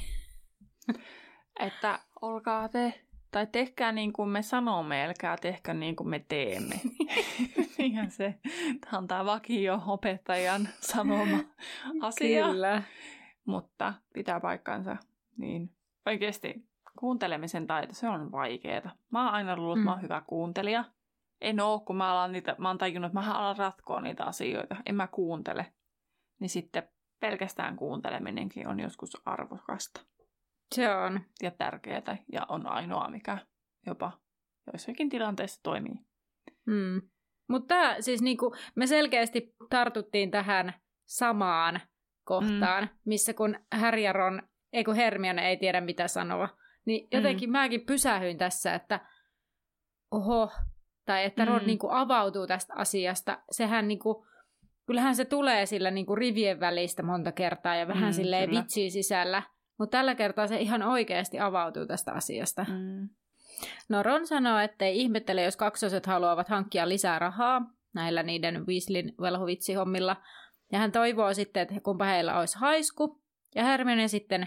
Että olkaa te... Tai tehkää niin kuin me sanomme, älkää tehkää niin kuin me teemme. Niinhän se. Tämä on tämä vakio opettajan sanoma asia. Kyllä. Mutta pitää paikkansa. Niin oikeasti kuuntelemisen taito, se on vaikeaa. Mä oon aina luullut, että mm. mä oon hyvä kuuntelija. En oo, kun mä, alan niitä, mä oon tajunnut, että mä alan ratkoa niitä asioita. En mä kuuntele. Niin sitten pelkästään kuunteleminenkin on joskus arvokasta. Se on. Ja tärkeää ja on ainoa, mikä jopa joissakin tilanteissa toimii. Mm. Mutta siis niinku, me selkeästi tartuttiin tähän samaan kohtaan, mm. missä kun Harry ja Ron, ei kun Hermione ei tiedä mitä sanoa, niin jotenkin mm. mäkin pysähyin tässä, että oho, tai että Ron mm. niinku avautuu tästä asiasta. Sehän niinku, kyllähän se tulee sillä niinku rivien välistä monta kertaa ja vähän mm, silleen vitsiä sisällä, mutta tällä kertaa se ihan oikeasti avautuu tästä asiasta. Mm. No Ron sanoo, ettei ihmettele, jos kaksoset haluavat hankkia lisää rahaa näillä niiden Weasleyn velhovitsihommilla. Ja hän toivoo sitten, että kumpa heillä olisi haisku. Ja Hermione sitten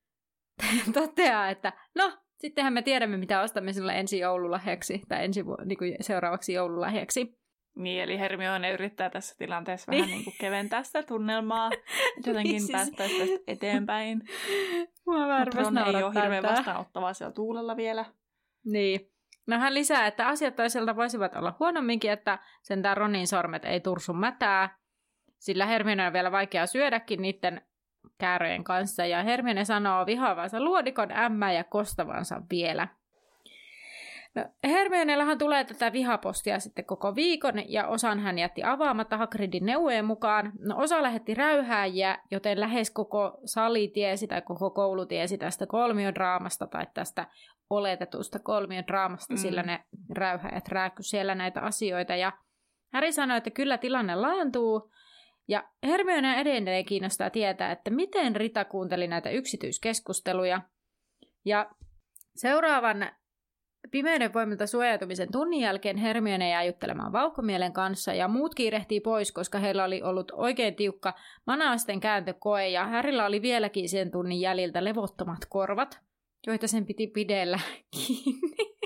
toteaa, että no, sittenhän me tiedämme, mitä ostamme sinulle ensi joululahjaksi, tai ensi vu- niin kuin seuraavaksi joululahjaksi. Niin, eli Hermione yrittää tässä tilanteessa vähän niin kuin keventää sitä tunnelmaa, että jotenkin siis päästäisiin tästä eteenpäin. Mutta Ron ei ole hirveän vastaanottavaa siellä tuulella vielä. Niin. No hän lisää, että asiat toiselta voisivat olla huonomminkin, että sentään Ronin sormet ei tursu mätää, sillä Hermione on vielä vaikea syödäkin niiden kääröjen kanssa, ja Hermione sanoo vihaavansa luodikon ämmää ja kostavansa vielä. No, Hermionellahan tulee tätä vihapostia sitten koko viikon, ja osan hän jätti avaamatta Hagridin neuvojen mukaan. No, osa lähetti räyhääjiä, joten lähes koko sali tiesi tai koko koulu tiesi tästä kolmiodraamasta tai tästä oletetusta kolmiodraamasta, mm. sillä ne räyhäjät rääkky siellä näitä asioita. Ja Harry sanoi, että kyllä tilanne laantuu, ja Hermione edelleen kiinnostaa tietää, että miten Rita kuunteli näitä yksityiskeskusteluja. Ja seuraavan pimeyden voimilta suojautumisen tunnin jälkeen Hermione jää juttelemaan Vauhkomielen kanssa ja muut kiirehtii pois, koska heillä oli ollut oikein tiukka manaasten kääntökoe ja Harrylla oli vieläkin sen tunnin jäljiltä levottomat korvat, joita sen piti pidellä kiinni.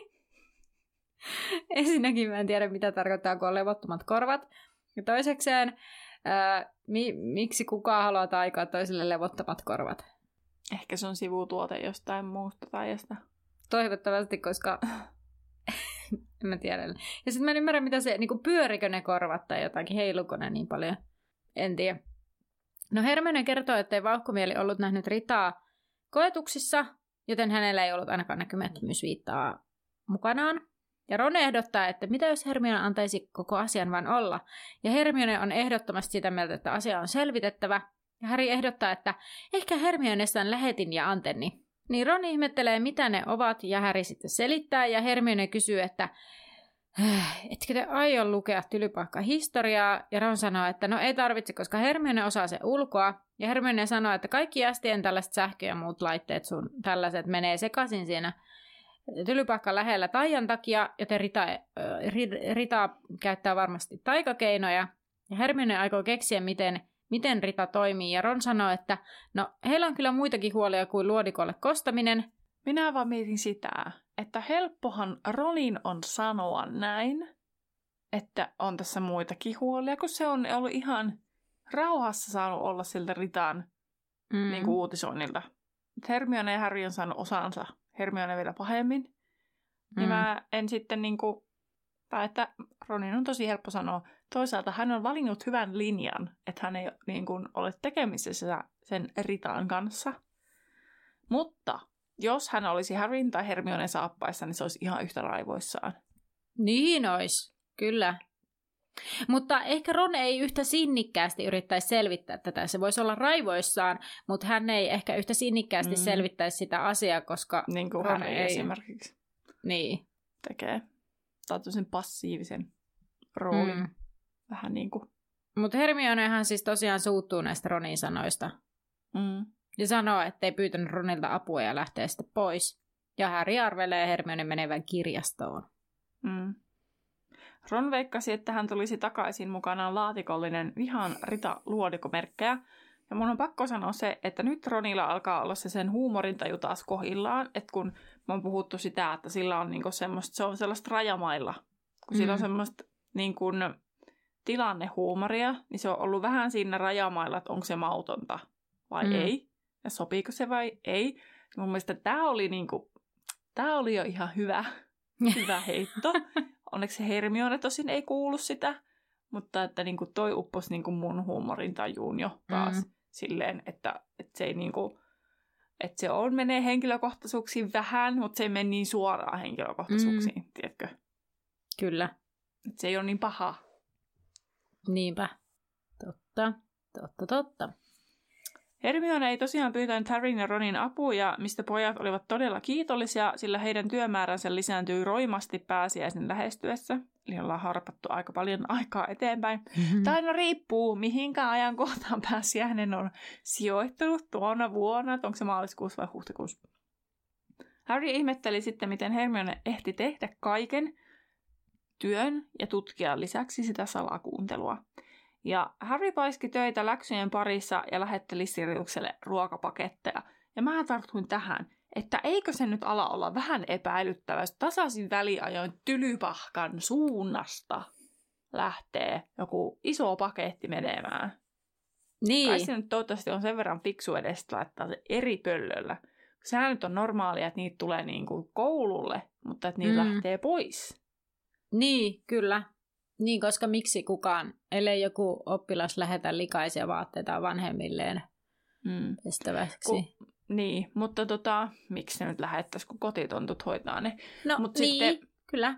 Ensinnäkin mä en tiedä, mitä tarkoittaa, kun on levottomat korvat. Ja toisekseen, ää, mi- miksi kukaan haluaa taikaa toiselle levottomat korvat? Ehkä se on sivutuote jostain muusta tai jostain. Toivottavasti, koska en mä tiedä. Ja sitten mä en ymmärrä, mitä se, niinku pyörikö ne korvat tai jotakin, heiluko ne niin paljon. En tiedä. No Hermione kertoo, ettei Vauhkomieli ollut nähnyt Ritaa koetuksissa, joten hänellä ei ollut ainakaan näkymättömyysviittaa mukanaan. Ja Ron ehdottaa, että mitä jos Hermione antaisi koko asian vain olla. Ja Hermione on ehdottomasti sitä mieltä, että asia on selvitettävä. Ja Harry ehdottaa, että ehkä Hermionessa on lähetin ja antenni. Niin Ron ihmettelee, mitä ne ovat, ja Harry sitten selittää, ja Hermione kysyy, että etkö te aio lukea Tylypahkan historiaa? Ja Ron sanoo, että no ei tarvitse, koska Hermione osaa se ulkoa. Ja Hermione sanoo, että kaikki ästien tällaiset sähkö- ja muut laitteet sun tällaiset menee sekaisin siinä Tylypahkan lähellä taian takia, joten Rita, äh, Rita käyttää varmasti taikakeinoja. Ja Hermione aikoo keksiä, miten... miten Rita toimii, ja Ron sanoo, että no, heillä on kyllä muitakin huolia kuin luodikolle kostaminen. Minä vaan mietin sitä, että helppohan Ronin on sanoa näin, että on tässä muitakin huolia, kun se on ollut ihan rauhassa saanut olla siltä Ritan mm. niin kuin uutisoinnilta. Hermione ja Harry on saanut osansa, Hermione vielä pahemmin. Mm. Niin mä en sitten niin kuin, tai että Ronin on tosi helppo sanoa. Toisaalta hän on valinnut hyvän linjan, että hän ei niin kuin, ole tekemisissä sen Ritan kanssa. Mutta jos hän olisi Harryn tai Hermionen saappaissa, niin se olisi ihan yhtä raivoissaan. Niin olisi, kyllä. Mutta ehkä Ron ei yhtä sinnikkäästi yrittäisi selvittää tätä. Se voisi olla raivoissaan, mutta hän ei ehkä yhtä sinnikkäästi mm. selvittäisi sitä asiaa, koska niin kuin Ron Harry ei esimerkiksi niin. tekee. Tai sen passiivisen roolin. Mm. Vähän niin kuin. Mutta Hermionehan siis tosiaan suuttuu näistä Ronin sanoista. Mm. Ja sanoo, ettei pyytänyt Ronilta apua ja lähtee sitten pois. Ja Harry arvelee Hermione menevän kirjastoon. Mm. Ron veikkasi, että hän tulisi takaisin mukanaan laatikollinen vihan Rita luodikomerkkejä. Ja mun on pakko sanoa se, että nyt Ronilla alkaa olla se sen huumorintaju taas kohillaan. Että kun mä oon puhuttu sitä, että sillä on niinku semmoista, se on sellaista rajamailla. Kun mm. sillä on semmoista niin kuin tilannehuumoria, niin se on ollut vähän siinä rajamailla, että onko se mautonta vai mm. ei. Ja sopiiko se vai ei. Mun mielestä tämä oli, niinku, tää oli jo ihan hyvä, hyvä heitto. Onneksi Hermione tosin ei kuulu sitä, mutta että niin kuin toi upposi niin kuin mun huumorin tajuun jo taas mm. silleen, että, että se ei niin kuin, että se on, menee henkilökohtaisuuksiin vähän, mutta se ei mene niin suoraan henkilökohtaisuuksiin, mm. tiedätkö? Kyllä. Että se ei ole niin paha. Niinpä. Totta, totta, totta. Hermione ei tosiaan pyytänyt Harryn ja Ronin apua, mistä pojat olivat todella kiitollisia, sillä heidän työmääränsä lisääntyi roimasti pääsiäisen lähestyessä. Eli ollaan harpattu aika paljon aikaa eteenpäin. Mm-hmm. Tämä aina riippuu, mihinkä ajankohtaan pääsiäinen on sijoittunut tuona vuonna, että onko se maaliskuussa vai huhtikuussa. Harry ihmetteli sitten, miten Hermione ehti tehdä kaiken työn ja tutkia lisäksi sitä salakuuntelua. Ja Harry paiski töitä läksyjen parissa ja lähetteli Siriukselle ruokapaketteja. Ja mä tartuin tähän, että eikö se nyt ala olla vähän epäilyttävää, jos tasaisin väliajoin Tylypahkan suunnasta lähtee joku iso paketti menemään. Niin. Kai se nyt toivottavasti on sen verran fiksu edes laittaa se eri pöllöllä. Sehän nyt on normaalia, että niitä tulee niin kuin koululle, mutta että niitä mm. lähtee pois. Niin, kyllä. Niin, koska miksi kukaan, ellei joku oppilas lähetä likaisia vaatteita vanhemmilleen mm. pestäväksi. Ku, niin, mutta tota, miksi se nyt lähettäisi, kun kotitontut hoitaa ne? No Mut niin, sitten, kyllä.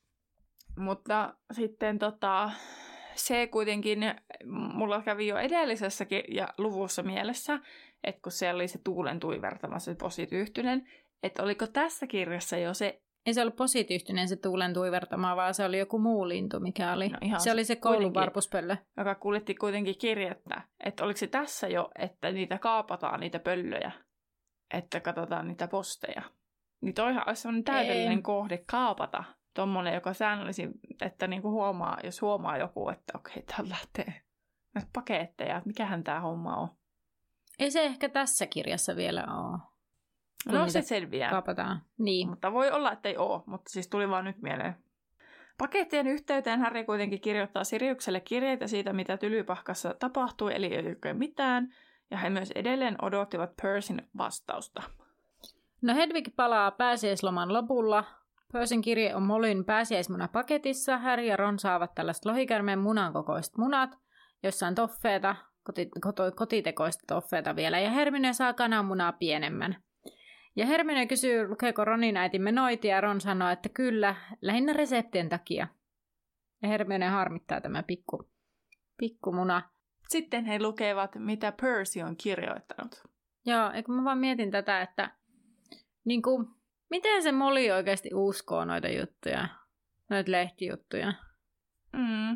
Mutta sitten tota, se kuitenkin, mulla kävi jo edellisessäkin ja luvussa mielessä, että kun siellä oli se tuulen tuivertama, se posityyhtynen, että oliko tässä kirjassa jo se. Ei se ollut posityyhtynen se tuulen tuivertama, vaan se oli joku muu lintu, mikä oli. No se oli se koulun varpuspöllö. Joka kuljetti kuitenkin kirjettä. Että oliko se tässä jo, että niitä kaapataan, niitä pöllöjä. Että katsotaan niitä posteja. Niin toihan olisi sellainen täydellinen Ei. kohde kaapata. Tuommoinen, joka säännöllisin, että niinku huomaa, jos huomaa joku, että okei, täällä lähtee näitä paketteja. Että mikähän tämä homma on. Ei se ehkä tässä kirjassa vielä ole. No se selviää. Kaapataan. Niin. Mutta voi olla, että ei ole, mutta siis tuli vaan nyt mieleen. Pakettien yhteyteen Harry kuitenkin kirjoittaa Siriukselle kirjeitä siitä, mitä Tylypahkassa tapahtui, eli ei oikein mitään. Ja he myös edelleen odottivat Percyn vastausta. No Hedwig palaa pääsiäisloman lopulla. Percyn kirje on Mollyn pääsiäismunapaketissa. Harry ja Ron saavat tällaiset lohikärmeen munan kokoiset munat, jossa on toffeeta, koti, koto, kotitekoista toffeeta vielä, ja Hermione saa kananmunaa pienemmän. Ja Hermione kysyy, lukeeko Ronin äitimme noitia, ja Ron sanoo, että kyllä, lähinnä reseptien takia. Ja Hermione harmittaa tämä pikku, pikkumuna. Sitten he lukevat, mitä Percy on kirjoittanut. Joo, eikö mä vaan mietin tätä, että niin kuin, miten se Molly oikeasti uskoo noita juttuja, noita lehtijuttuja. Mm.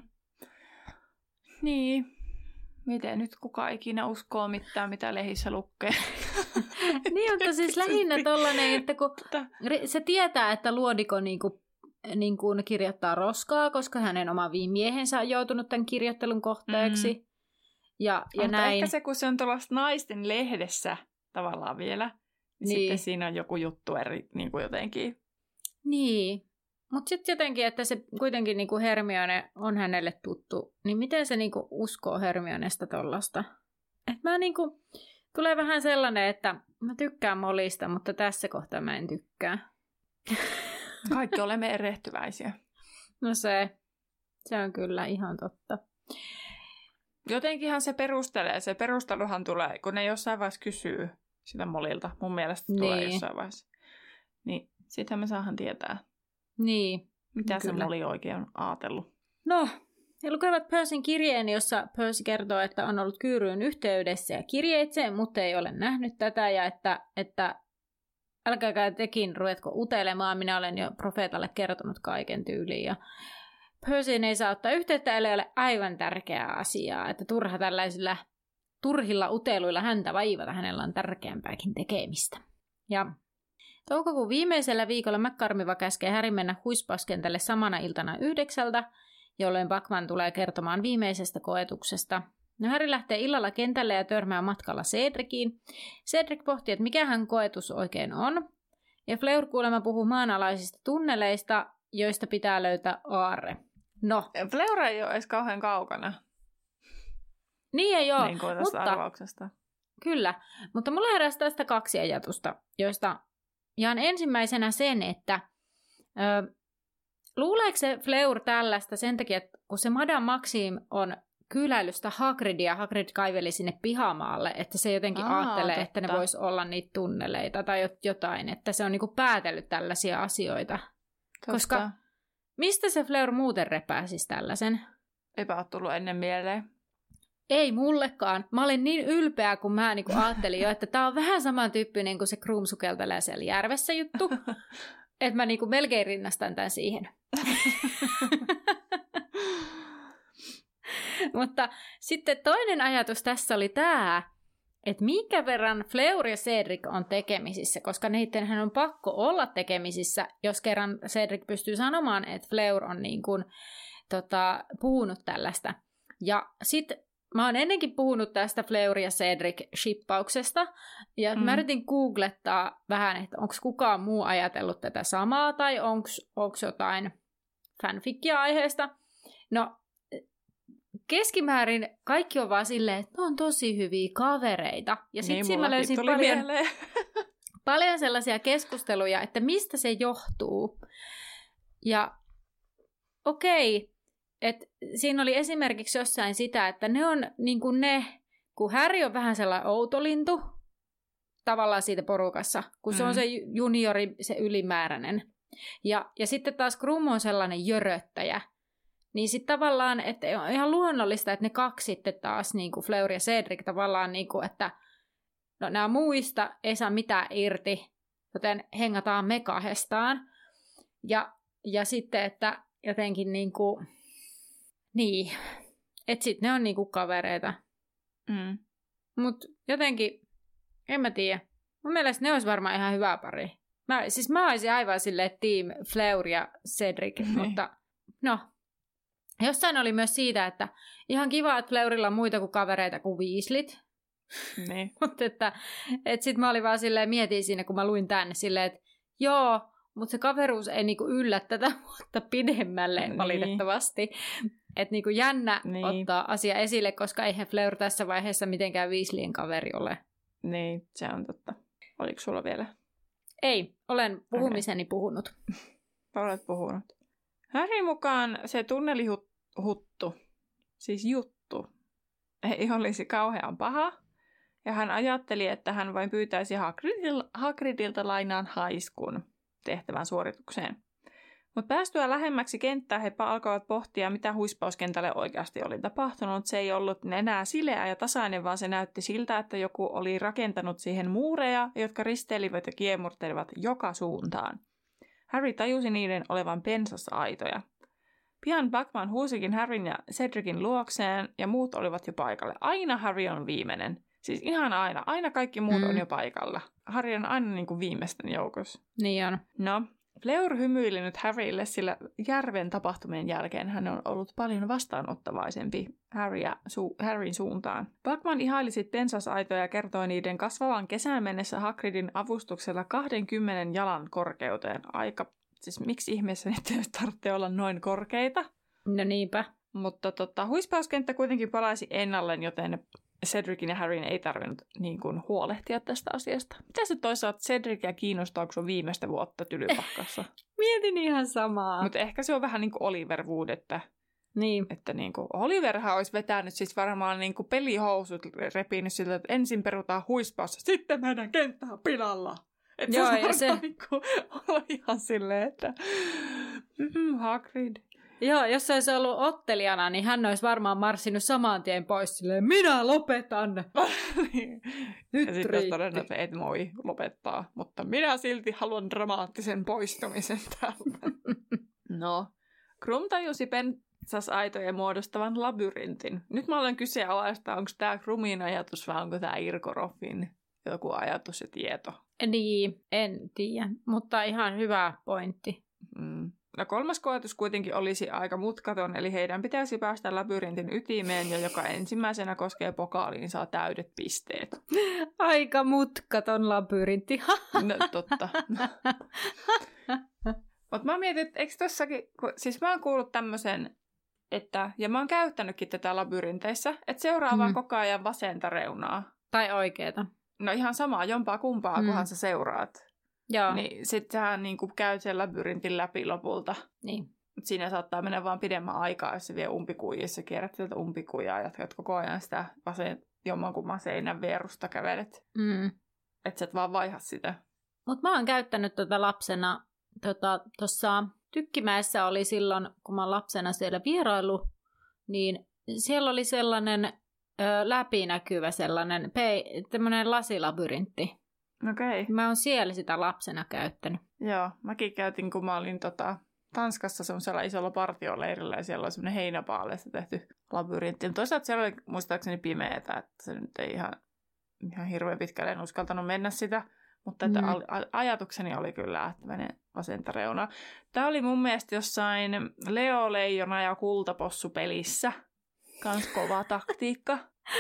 Niin. Miten nyt kuka ikinä uskoo mitään, mitä lehissä lukee? Niin, mutta siis lähinnä tollanen, että kun se tietää, että Luodiko niinku, niinku kirjoittaa roskaa, koska hänen oma miehensä on joutunut tämän kirjoittelun kohteeksi. Mm. Ja, ja näin. Ehkä se, kun se on tuollaista naisten lehdessä tavallaan vielä, niin sitten siinä on joku juttu eri niin kuin jotenkin. Niin. Mutta sitten jotenkin, että se kuitenkin niinku Hermione on hänelle tuttu, niin miten se niinku uskoo Hermionesta tollasta? Että mä niinku, tulee vähän sellainen, että mä tykkään Mollysta, mutta tässä kohtaa mä en tykkää. Kaikki olemme erehtyväisiä. No se, se on kyllä ihan totta. Jotenkinhan se perustelee, se perusteluhan tulee, kun ne jossain vaiheessa kysyy sitä Mollylta, mun mielestä niin. tulee jossain vaiheessa. Niin sitähän me saahan tietää. Niin. Mitä kyllä. se Molly oikein on ajatellut? No, he lukevat Percyn kirjeen, jossa Percy kertoo, että on ollut Kyyryyn yhteydessä ja kirjeitse, mutta ei ole nähnyt tätä ja että, että älkääkää tekin ruvetko utelemaan, minä olen jo profeetalle kertonut kaiken tyyliin. Ja Percyn ei saa ottaa yhteyttä, ellei ole aivan tärkeää asiaa, että turha tällaisilla turhilla uteluilla häntä vaivata, hänellä on tärkeämpääkin tekemistä. Ja toukokuun viimeisellä viikolla McCormiva käskee Harry mennä huispauskentälle samana iltana yhdeksältä, jolloin Buckman tulee kertomaan viimeisestä koetuksesta. No Harry lähtee illalla kentälle ja törmää matkalla Cedriciin. Cedric pohtii, että mikähän koetus oikein on. Ja Fleur kuulemma puhuu maanalaisista tunneleista, joista pitää löytää aarre. No. Fleur ei ole edes kauhean kaukana. Niin ei ole, niin kuin tästä mutta arvauksesta. Kyllä, mutta mulla heräsi tästä kaksi ajatusta, joista jaan ensimmäisenä sen, että ö, luuleeko se Fleur tällaista sen takia, että kun se Madame Maxime on kyläilystä Hagridia, Hagrid kaiveli sinne pihamaalle, että se jotenkin Aa, ajattelee, totta. että ne vois olla niitä tunneleita tai jotain, että se on niinku päätellyt tällaisia asioita. Totta. Koska mistä se Fleur muuten repääsisi tällaisen? Eipä ole tullut ennen mieleen. Ei mullekaan. Mä olin niin ylpeä, kun mä niinku ajattelin jo, että tää on vähän samantyyppinen kuin se Krum sukeltelee siellä järvessä juttu. Että mä niinku melkein rinnastan tämän siihen. Mutta sitten toinen ajatus tässä oli tämä, että minkä verran Fleur ja Cedric on tekemisissä, koska niittenhän on pakko olla tekemisissä, jos kerran Cedric pystyy sanomaan, että Fleur on niin kuin, tota, puhunut tällaista. Ja sitten mä oon ennenkin puhunut tästä Fleur ja Cedric-shippauksesta, ja mm. mä yritin googlettaa vähän, että onko kukaan muu ajatellut tätä samaa, tai onko jotain fanfickia aiheesta. No, keskimäärin kaikki on vaan silleen, että ne on tosi hyviä kavereita. Ja sitten niin, mä löysin paljon, paljon sellaisia keskusteluja, että mistä se johtuu. Ja okei, että siinä oli esimerkiksi jossain sitä, että ne on niin kuin ne, kun Harry on vähän sellainen outolintu, tavallaan siitä porukassa, kun se mm. on se juniori, se ylimääräinen. Ja, ja sitten taas Krum on sellainen jöröttäjä. Niin sitten tavallaan, että on ihan luonnollista, että ne kaksi sitten taas, niin kuin Fleur ja Cedric, tavallaan, niin kuin, että no nämä muista ei saa mitään irti, joten hengataan me kahdestaan. Ja, ja sitten, että jotenkin niin kuin, niin, että sitten ne on niin kuin kavereita. Mm. Mutta jotenkin, en mä tiedä. Mun mielestä ne olisi varmaan ihan hyvä pari. Mä, siis mä olisin aivan silleen team Fleur ja Cedric, mm. mutta no. Jossain oli myös siitä, että ihan kiva, että Fleurilla on muita kuin kavereita kuin Weaslit. Niin. Mutta että et sit mä olin vaan silleen, mietin siinä, kun mä luin tänne silleen, että joo, mutta se kaveruus ei niinku yllä tätä vuotta pidemmälle niin. valitettavasti. Että niinku jännä niin. ottaa asia esille, koska eihän Fleur tässä vaiheessa mitenkään Weasleyin kaveri ole. Niin, se on totta. Oliko sulla vielä? Ei, olen puhumiseni okay. puhunut. Olet puhunut. Harry mukaan se tunnelihuttu, siis juttu, ei olisi kauhean paha. Ja hän ajatteli, että hän vain pyytäisi Hagridilta, Hagridilta lainaan haiskun tehtävän suoritukseen. Mutta päästyä lähemmäksi kenttää he alkoivat pohtia, mitä huispauskentälle oikeasti oli tapahtunut. Se ei ollut enää sileä ja tasainen, vaan se näytti siltä, että joku oli rakentanut siihen muureja, jotka risteilivät ja kiemurtelivat joka suuntaan. Harry tajusi niiden olevan pensasaitoja. Pian Buckman huusikin Harryn ja Cedricin luokseen, ja muut olivat jo paikalle. Aina Harry on viimeinen. Siis ihan aina. Aina kaikki muut mm. on jo paikalla. Harry on aina niin kuin viimeisten joukossa. Niin on. No, Fleur hymyili nyt Harrylle, sillä järven tapahtumien jälkeen hän on ollut paljon vastaanottavaisempi Harrya, su- Harryn suuntaan. Buckman ihaili sit pensasaitoja ja kertoi niiden kasvavan kesän mennessä Hagridin avustuksella kahdenkymmenen jalan korkeuteen. Aika, siis miksi ihmeessä niitä tarvitsee olla noin korkeita? No niinpä. Mutta tota, huispauskenttä kuitenkin palaisi ennalleen, joten Cedricin ja Harryn ei tarvinnut niin kuin huolehtia tästä asiasta. Mitä se toisaalta Cedricia kiinnostaa, kun se on viimeistä vuotta Tylypahkassa? Mietin ihan samaa. Mutta ehkä se on vähän niin kuin Oliver Wood, että, niin. että niin kuin Oliverhan olisi vetänyt siis varmaan niin kuin pelihousut repinyt sillä, että ensin perutaan huispaus, sitten meidän kenttä on pilalla. Että joo, se ja se niin kuin olla ihan silleen, että mm, Hagrid. Joo, jos se olisi ollut ottelijana, niin hän olisi varmaan marssinut saman tien pois silleen, minä lopetan! Nyt ja sitten olisi todennut, että et voi lopettaa, mutta minä silti haluan dramaattisen poistumisen täältä. No, Krum tajusi pensasaitojen muodostavan labyrintin. Nyt mä olen kyseenalaista, onko tämä Krumin ajatus vai onko tämä Irko Roffin joku ajatus ja tieto. Niin, en tiedä, mutta ihan hyvä pointti. Mm. No kolmas koetus kuitenkin olisi aika mutkaton, eli heidän pitäisi päästä labyrintin ytimeen, ja joka ensimmäisenä koskee pokaaliin, saa täydet pisteet. Aika mutkaton labyrintti. No totta. Mutta mä mietin, että eikö tossakin, kun, siis mä oon kuullut tämmöisen, että, ja mä oon käyttänytkin tätä labyrinteissä, että seuraa mm. vaan koko ajan vasenta reunaa. Tai oikeeta. No ihan samaa, jompaa kumpaa, mm. kunhan sä seuraat. Joo. Niin sit sä niin käyt sen labyrintin läpi lopulta. Niin. Mutta siinä saattaa mennä vaan pidemmän aikaa, jos se vie umpikujia, jos sä kierrät sieltä umpikujaa ja jatkat koko ajan sitä vasen, jommankumman seinän vierusta kävelet. Mm. Että sä et vaan vaiha sitä. Mutta mä oon käyttänyt tota lapsena, tuossa tota, Tykkimäessä oli silloin, kun mä oon lapsena siellä vierailu, niin siellä oli sellainen ö, läpinäkyvä sellainen pei, tämmöinen lasilabyrintti. Okei. Okay. Mä oon siellä sitä lapsena käyttänyt. Joo, mäkin käytin, kun mä olin tota, Tanskassa semmoisella isolla partioleirillä ja siellä oli semmoinen heinäpaaleista tehty labyrintti. Mutta toisaalta siellä oli muistaakseni pimeätä, että se nyt ei ihan, ihan hirveän pitkälle en uskaltanut mennä sitä. Mutta että mm. a- ajatukseni oli kyllä, että menen vasenta reunaa. Tämä oli mun mielestä jossain Leo, Leijona ja Kultapossu pelissä. Kans kova taktiikka.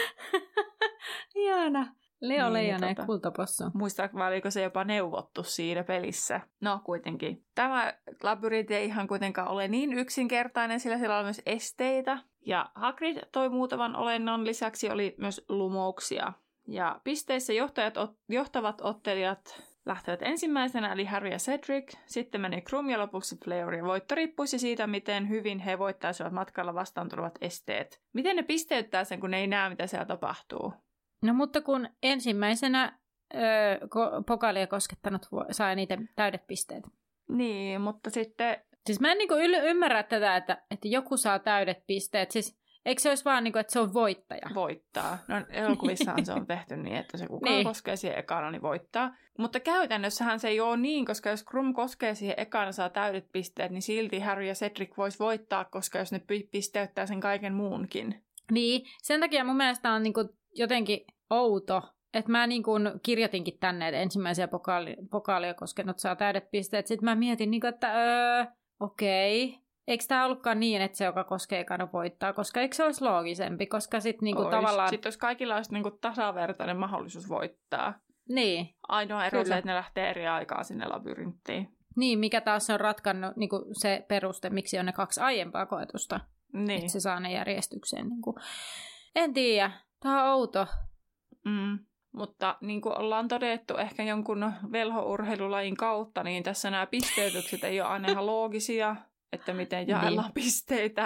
Ihana. Leo, niin, Leijona tota, ja Kultapossu. Muistaako, vai oliko se jopa neuvottu siinä pelissä? No kuitenkin. Tämä labyrintti ei ihan kuitenkaan ole niin yksinkertainen, sillä siellä on myös esteitä. Ja Hagrid toi muutaman olennon lisäksi oli myös lumouksia. Ja pisteissä johtajat, johtavat ottelijat lähtevät ensimmäisenä, eli Harry ja Cedric. Sitten meni Krum ja lopuksi Fleur. Ja voitto riippuisi siitä, miten hyvin he voittaisivat matkalla vastaan tulevat esteet. Miten ne pisteyttää sen, kun ne ei näe, mitä siellä tapahtuu? No mutta kun ensimmäisenä öö, ko- pokaalia koskettanut sai niitä täydet pisteet. Niin, mutta sitten... Siis mä en niinku yl- ymmärrä tätä, että, että joku saa täydet pisteet. Siis eikö se olisi vaan niinku, että se on voittaja? Voittaa. No elokuvissahan se on tehty niin, että se kuka niin. koskee siihen ekana, niin voittaa. Mutta käytännössähän se ei ole niin, koska jos Krum koskee siihen ekana saa täydet pisteet, niin silti Harry ja Cedric vois voittaa, koska jos ne pisteyttää sen kaiken muunkin. Niin, sen takia mun mielestä on niinku jotenkin outo, että mä niin kuin kirjoitinkin tänne, että ensimmäisiä pokaali, pokaalia koskenut saa täydet pisteet. Sitten mä mietin, niin kuin, että öö, okei, eikö tämä ollutkaan niin, että se, joka koskee ekana voittaa, koska eikö se olisi loogisempi, koska sitten niin kuin tavallaan... Sitten jos kaikilla olisi niin kuin tasavertainen mahdollisuus voittaa. Niin. Ainoa ero se, että ne lähtee eri aikaa sinne labyrinttiin. Niin, mikä taas on ratkannut niin kuin se peruste, miksi on ne kaksi aiempaa koetusta. Niin. Että se saa ne järjestykseen. Niin kuin. En tiedä. Tämä on outo. Mm. Mutta niin kuin ollaan todettu ehkä jonkun velhourheilulajin kautta, niin tässä nämä pisteytykset ei ole aina ihan loogisia, että miten jaellaan niin. pisteitä.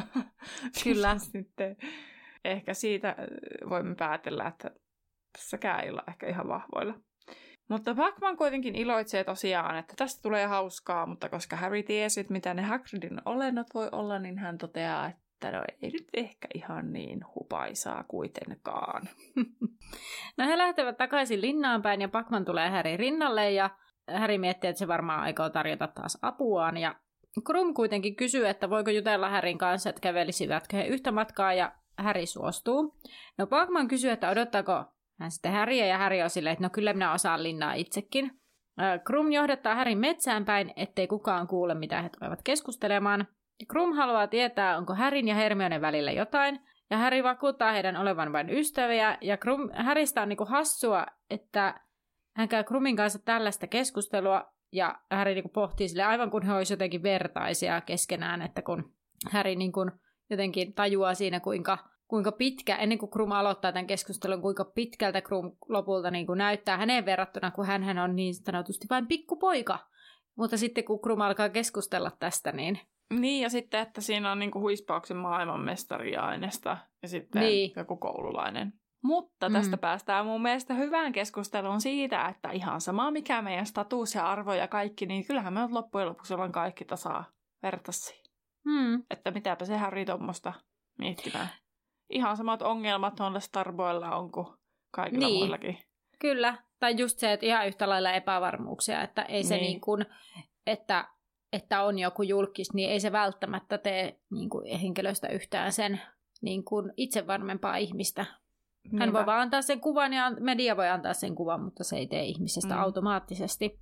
Kyllä. Sitten ehkä siitä voimme päätellä, että tässäkään ei olla ehkä ihan vahvoilla. Mutta Pac-Man kuitenkin iloitsee tosiaan, että tästä tulee hauskaa, mutta koska Harry tiesi, että mitä ne Hagridin olennot voi olla, niin hän toteaa, että no ei nyt ehkä ihan niin hupaisaa kuitenkaan. No he lähtevät takaisin linnaan päin ja Pac-Man tulee Harry rinnalle ja Harry miettii, että se varmaan aikoo tarjota taas apuaan. Ja Krum kuitenkin kysyy, että voiko jutella Harryn kanssa, että kävelisivätkö he yhtä matkaa ja Harry suostuu. No Pac-Man kysyy, että odottaako hän sitten Harryä ja Harry on silleen, että no kyllä minä osaan linnaa itsekin. Krum johdattaa Harryn metsään päin, ettei kukaan kuule, mitä he tulevat keskustelemaan. Krum haluaa tietää, onko Harryn ja Hermione välillä jotain, ja Harry vakuuttaa heidän olevan vain ystäviä, ja Krum, Harrystä on niinku hassua, että hän käy Krumin kanssa tällaista keskustelua, ja Harry niinku pohtii sille aivan kun he olisivat jotenkin vertaisia keskenään, että kun Harry niinku jotenkin tajuaa siinä, kuinka, kuinka pitkä, ennen kuin Krum aloittaa tämän keskustelun, kuinka pitkältä Krum lopulta niinku näyttää häneen verrattuna, kun hän on niin sanotusti vain pikkupoika. Mutta sitten kun Krum alkaa keskustella tästä, niin... Niin, ja sitten, että siinä on niinku huispauksen maailmanmestariainesta ja sitten niin. joku koululainen. Mutta tästä mm. päästään mun mielestä hyvään keskusteluun siitä, että ihan sama mikä meidän status ja arvo ja kaikki, niin kyllähän me loppujen lopuksi ollaan kaikki tasavertaisia. Mm. Että mitäpä se Harry tuommoista miettimään. Ihan samat ongelmat noilla starboilla on kuin kaikilla niin. muillakin. Kyllä, tai just se, että ihan yhtä lailla epävarmuuksia, että ei niin. se niin kuin, että... että on joku julkis, niin ei se välttämättä tee niin kuin henkilöstä yhtään sen niin kuin itsevarmempaa ihmistä. Hän Niinpä. voi vaan antaa sen kuvan ja media voi antaa sen kuvan, mutta se ei tee ihmisestä mm. automaattisesti.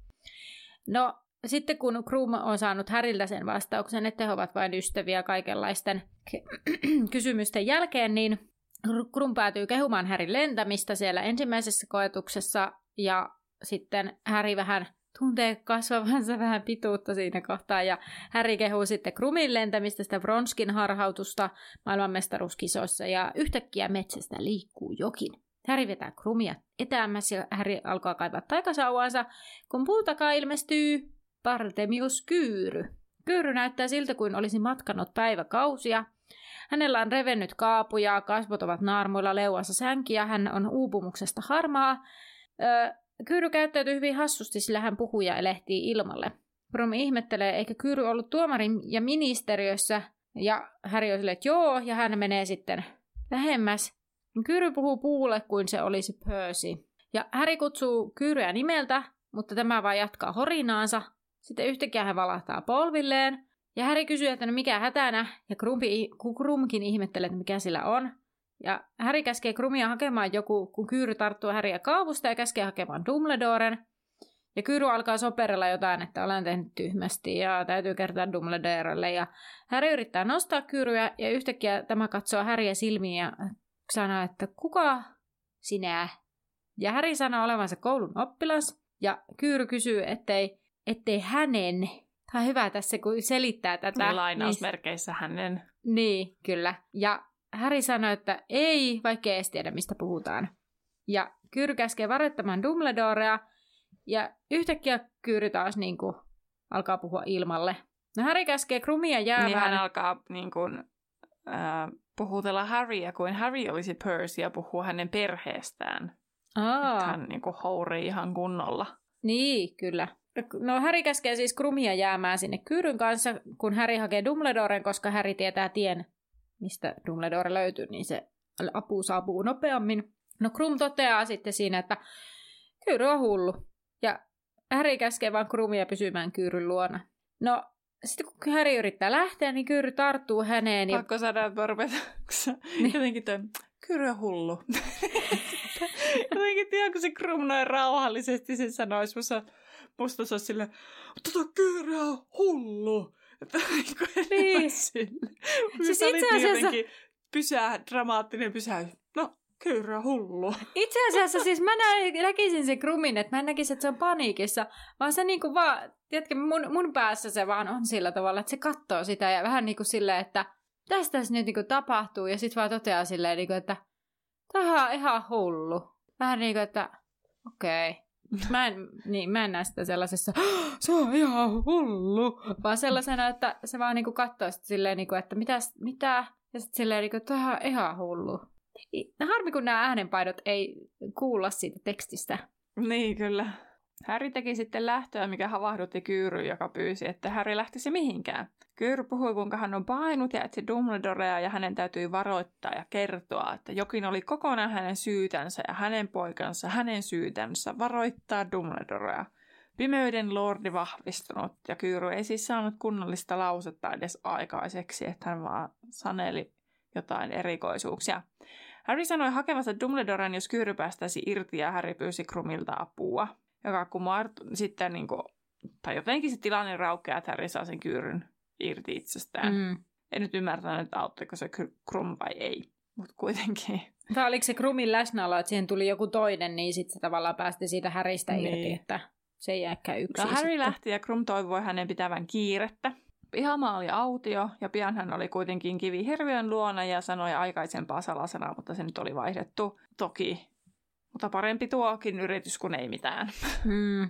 No sitten kun Krum on saanut Harryltä sen vastauksen, että he ovat vain ystäviä kaikenlaisten kysymysten jälkeen, niin Krum päätyy kehumaan Harryn lentämistä siellä ensimmäisessä koetuksessa ja sitten Harry vähän tuntee kasvavansa vähän pituutta siinä kohtaa, ja Harry kehuu sitten Krumin lentämistä, sitä Vronskin harhautusta maailmanmestaruuskisoissa, ja yhtäkkiä metsästä liikkuu jokin. Harry vetää Krumia etäämmäs, ja Harry alkaa kaivaa taikasauvaansa, kun puun takaa ilmestyy Bartemius Kyyry. Kyyry näyttää siltä, kuin olisi matkannut päiväkausia. Hänellä on revennyt kaapuja, kasvot ovat naarmuilla, leuansa sänki ja hän on uupumuksesta harmaa. Öö, Kyyry käyttäytyy hyvin hassusti, sillä hän puhuu ja elehtii ilmalle. Krum ihmettelee, eikä Kyyry ollut tuomarin ja ministeriössä, ja Harry on silleen, että joo, ja hän menee sitten lähemmäs. Kyyry puhuu puulle, kuin se olisi Percy. Ja Harry kutsuu Kyyryä nimeltä, mutta tämä vaan jatkaa horinaansa. Sitten yhtäkkiä hän valahtaa polvilleen, ja Harry kysyy, että no mikä hätänä, ja Krumpi, Krumkin ihmettelee, että mikä sillä on. Ja Harry käskee Krumia hakemaan joku, kun Kyyry tarttuu Harryä kaavusta ja käskee hakemaan Dumbledoren. Ja Kyyry alkaa soperella jotain, että olen tehnyt tyhmästi ja täytyy kertoa Dumbledorelle. Ja Harry yrittää nostaa Kyyryä ja yhtäkkiä tämä katsoo Harryä silmiin ja sanoo, että kuka sinä? Ja Harry sanoo olevansa koulun oppilas ja Kyyry kysyy, ettei, ettei hänen, tämä on hyvä tässä kun selittää tätä. Lainausmerkeissä hänen. Niin, kyllä. Ja Harry sanoi, että ei, vaikka ei edes tiedä, mistä puhutaan. Ja Kyyry käskee varoittamaan Dumbledorea, ja yhtäkkiä Kyyry taas niin kuin, alkaa puhua ilmalle. No Harry käskee Krumia jäämään. Niin hän alkaa niin kuin, äh, puhutella Harryä, kuin Harry olisi Percy ja puhuu hänen perheestään. Aa. Että hän niin kuin hourii ihan kunnolla. Niin, kyllä. No Harry käskee siis Krumia jäämään sinne Kyyryn kanssa, kun Harry hakee Dumbledoren, koska Harry tietää tien, mistä Dumbledore löytyy, niin se apu saapuu nopeammin. No Krum toteaa sitten siinä, että Kyyry on hullu. Ja Harry käskee vaan Krumia pysymään Kyyryn luona. No sitten kun Harry yrittää lähteä, niin Kyyry tarttuu häneen. Ja... Pakko saada torpeta, niin. Jotenkin toi, Kyyry on hullu. Jotenkin tiedä, kun se Krum noin rauhallisesti sen sanoisi, musta, musta se olisi silleen, tota Kyyry on hullu. Niin. Siis itse asiassa... Pysää, dramaattinen pysäys. No, Kyyry on hullu. Itse asiassa siis mä näkisin sen Krumin, että mä en näkisi, että se on paniikissa, vaan se niinku vaan, tiedätkö, mun, mun päässä se vaan on sillä tavalla, että se katsoo sitä ja vähän niinku silleen, että tästä nyt niinku tapahtuu ja sit vaan toteaa silleen, niinku, että tämä on ihan hullu. Vähän niinku, että okei. Okay. Mä en, niin, mä en näe sitä sellaisessa, se on ihan hullu, vaan sellaisena, että se vaan niinku katsoo sitä silleen, niinku, että mitäs, mitä, ja sitten silleen, niinku, että tämä on ihan hullu. Harmi, kun nämä äänenpainot ei kuulla siitä tekstistä. Niin, kyllä. Harry teki sitten lähtöä, mikä havahdutti Kyyry, joka pyysi, että Harry lähtisi mihinkään. Kyyry puhui, kuinka hän on painut ja etsi Dumbledorea ja hänen täytyi varoittaa ja kertoa, että jokin oli kokonaan hänen syytänsä ja hänen poikansa hänen syytänsä varoittaa Dumbledorea. Pimeyden lordi vahvistunut ja Kyyry ei siis saanut kunnollista lausetta edes aikaiseksi, että hän vaan saneli jotain erikoisuuksia. Harry sanoi hakevansa Dumbledoren, jos Kyyry päästäisi irti ja Harry pyysi Krumilta apua. Joka kumar sitten niin kuin, tai jotenkin se tilanne raukeaa, että Harry saa sen Kyyryn irti itsestään. Mm. En nyt ymmärtänyt, että auttaiko se Krum vai ei, mutta kuitenkin. Tai oliko se Krumin läsnäolo, että siihen tuli joku toinen, niin sitten se tavallaan päästi siitä Harrystä niin irti, että se ei jääkään yksin. No, Harry lähti ja Krum toivoi hänen pitävän kiirettä. Pihamaa oli autio ja pian hän oli kuitenkin kivihirviön luona ja sanoi aikaisempaa salasanaa, mutta se nyt oli vaihdettu. Toki, mutta parempi tuokin yritys kuin ei mitään. Mm.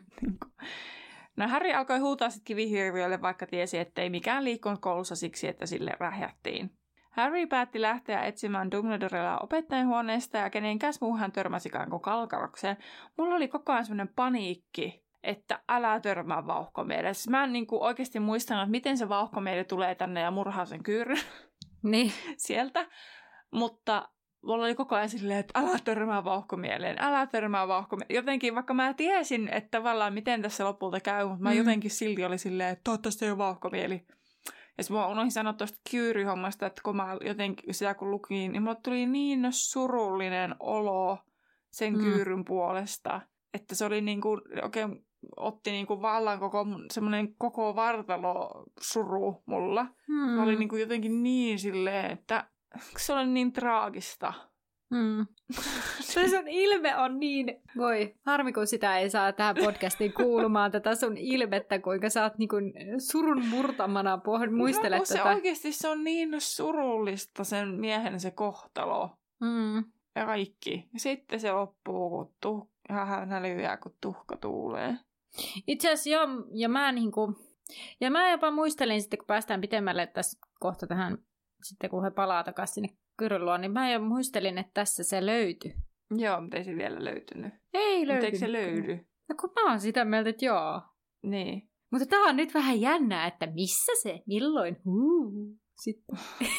No Harry alkoi huutaa sitten kivihirviölle, vaikka tiesi, ettei mikään liikkunut koulussa siksi, että sille rähjättiin. Harry päätti lähteä etsimään Dumbledorella opettajan huoneesta ja kenenkäs muu hän törmäsikään kuin Kalkarokseen. Mulla oli koko ajan semmoinen paniikki, että älä törmää vauhkomielle. Siis mä en niin kuin oikeasti muistanut, että miten se vauhkomieli tulee tänne ja murhaa sen Kyyryn niin. sieltä. Mutta mulla oli koko ajan silleen, että älä törmää vauhkomieleen, älä törmää vauhkomieleen. Jotenkin, vaikka mä tiesin, että tavallaan miten tässä lopulta käy, mutta mä mm. jotenkin silti oli silleen, että toivottavasti ei ole vauhkomieli. Ja sitten mä unohdin sanoa tuosta Kyyry-hommasta, että kun mä jotenkin sitä kun lukin, niin mulla tuli niin surullinen olo sen mm. Kyyryn puolesta, että se oli niin kuin, oikein otti niin kuin vallan koko, semmoinen koko vartalo suru mulla. Mm. Se oli niin kuin jotenkin niin silleen, että se oli niin traagista. Mm. Se sun ilme on niin... Voi, harmi kun sitä ei saa tähän podcastiin kuulumaan, tätä sun ilmettä, kuinka sä oot niin kuin surun murtamana poh- muistelet no, tätä. Se oikeasti se on niin surullista sen miehen se kohtalo. Mm. Ja kaikki. Ja sitten se loppuu, kun tuh- hän hälyää, kun tuhka tuulee. Itse asiassa joo, ja mä niin kuin... Ja mä jopa muistelin sitten, kun päästään pitemmälle tässä kohta tähän, sitten kun he palaa takaisin sinne Kyryn luo, niin mä jo muistelin, että tässä se löytyi. Joo, mutta ei se vielä löytynyt. Ei löytynyt. Mutta eikö se löydy? No kun mä oon sitä mieltä, että joo. Niin. Mutta tää on nyt vähän jännää, että missä se, milloin, huu, sitten.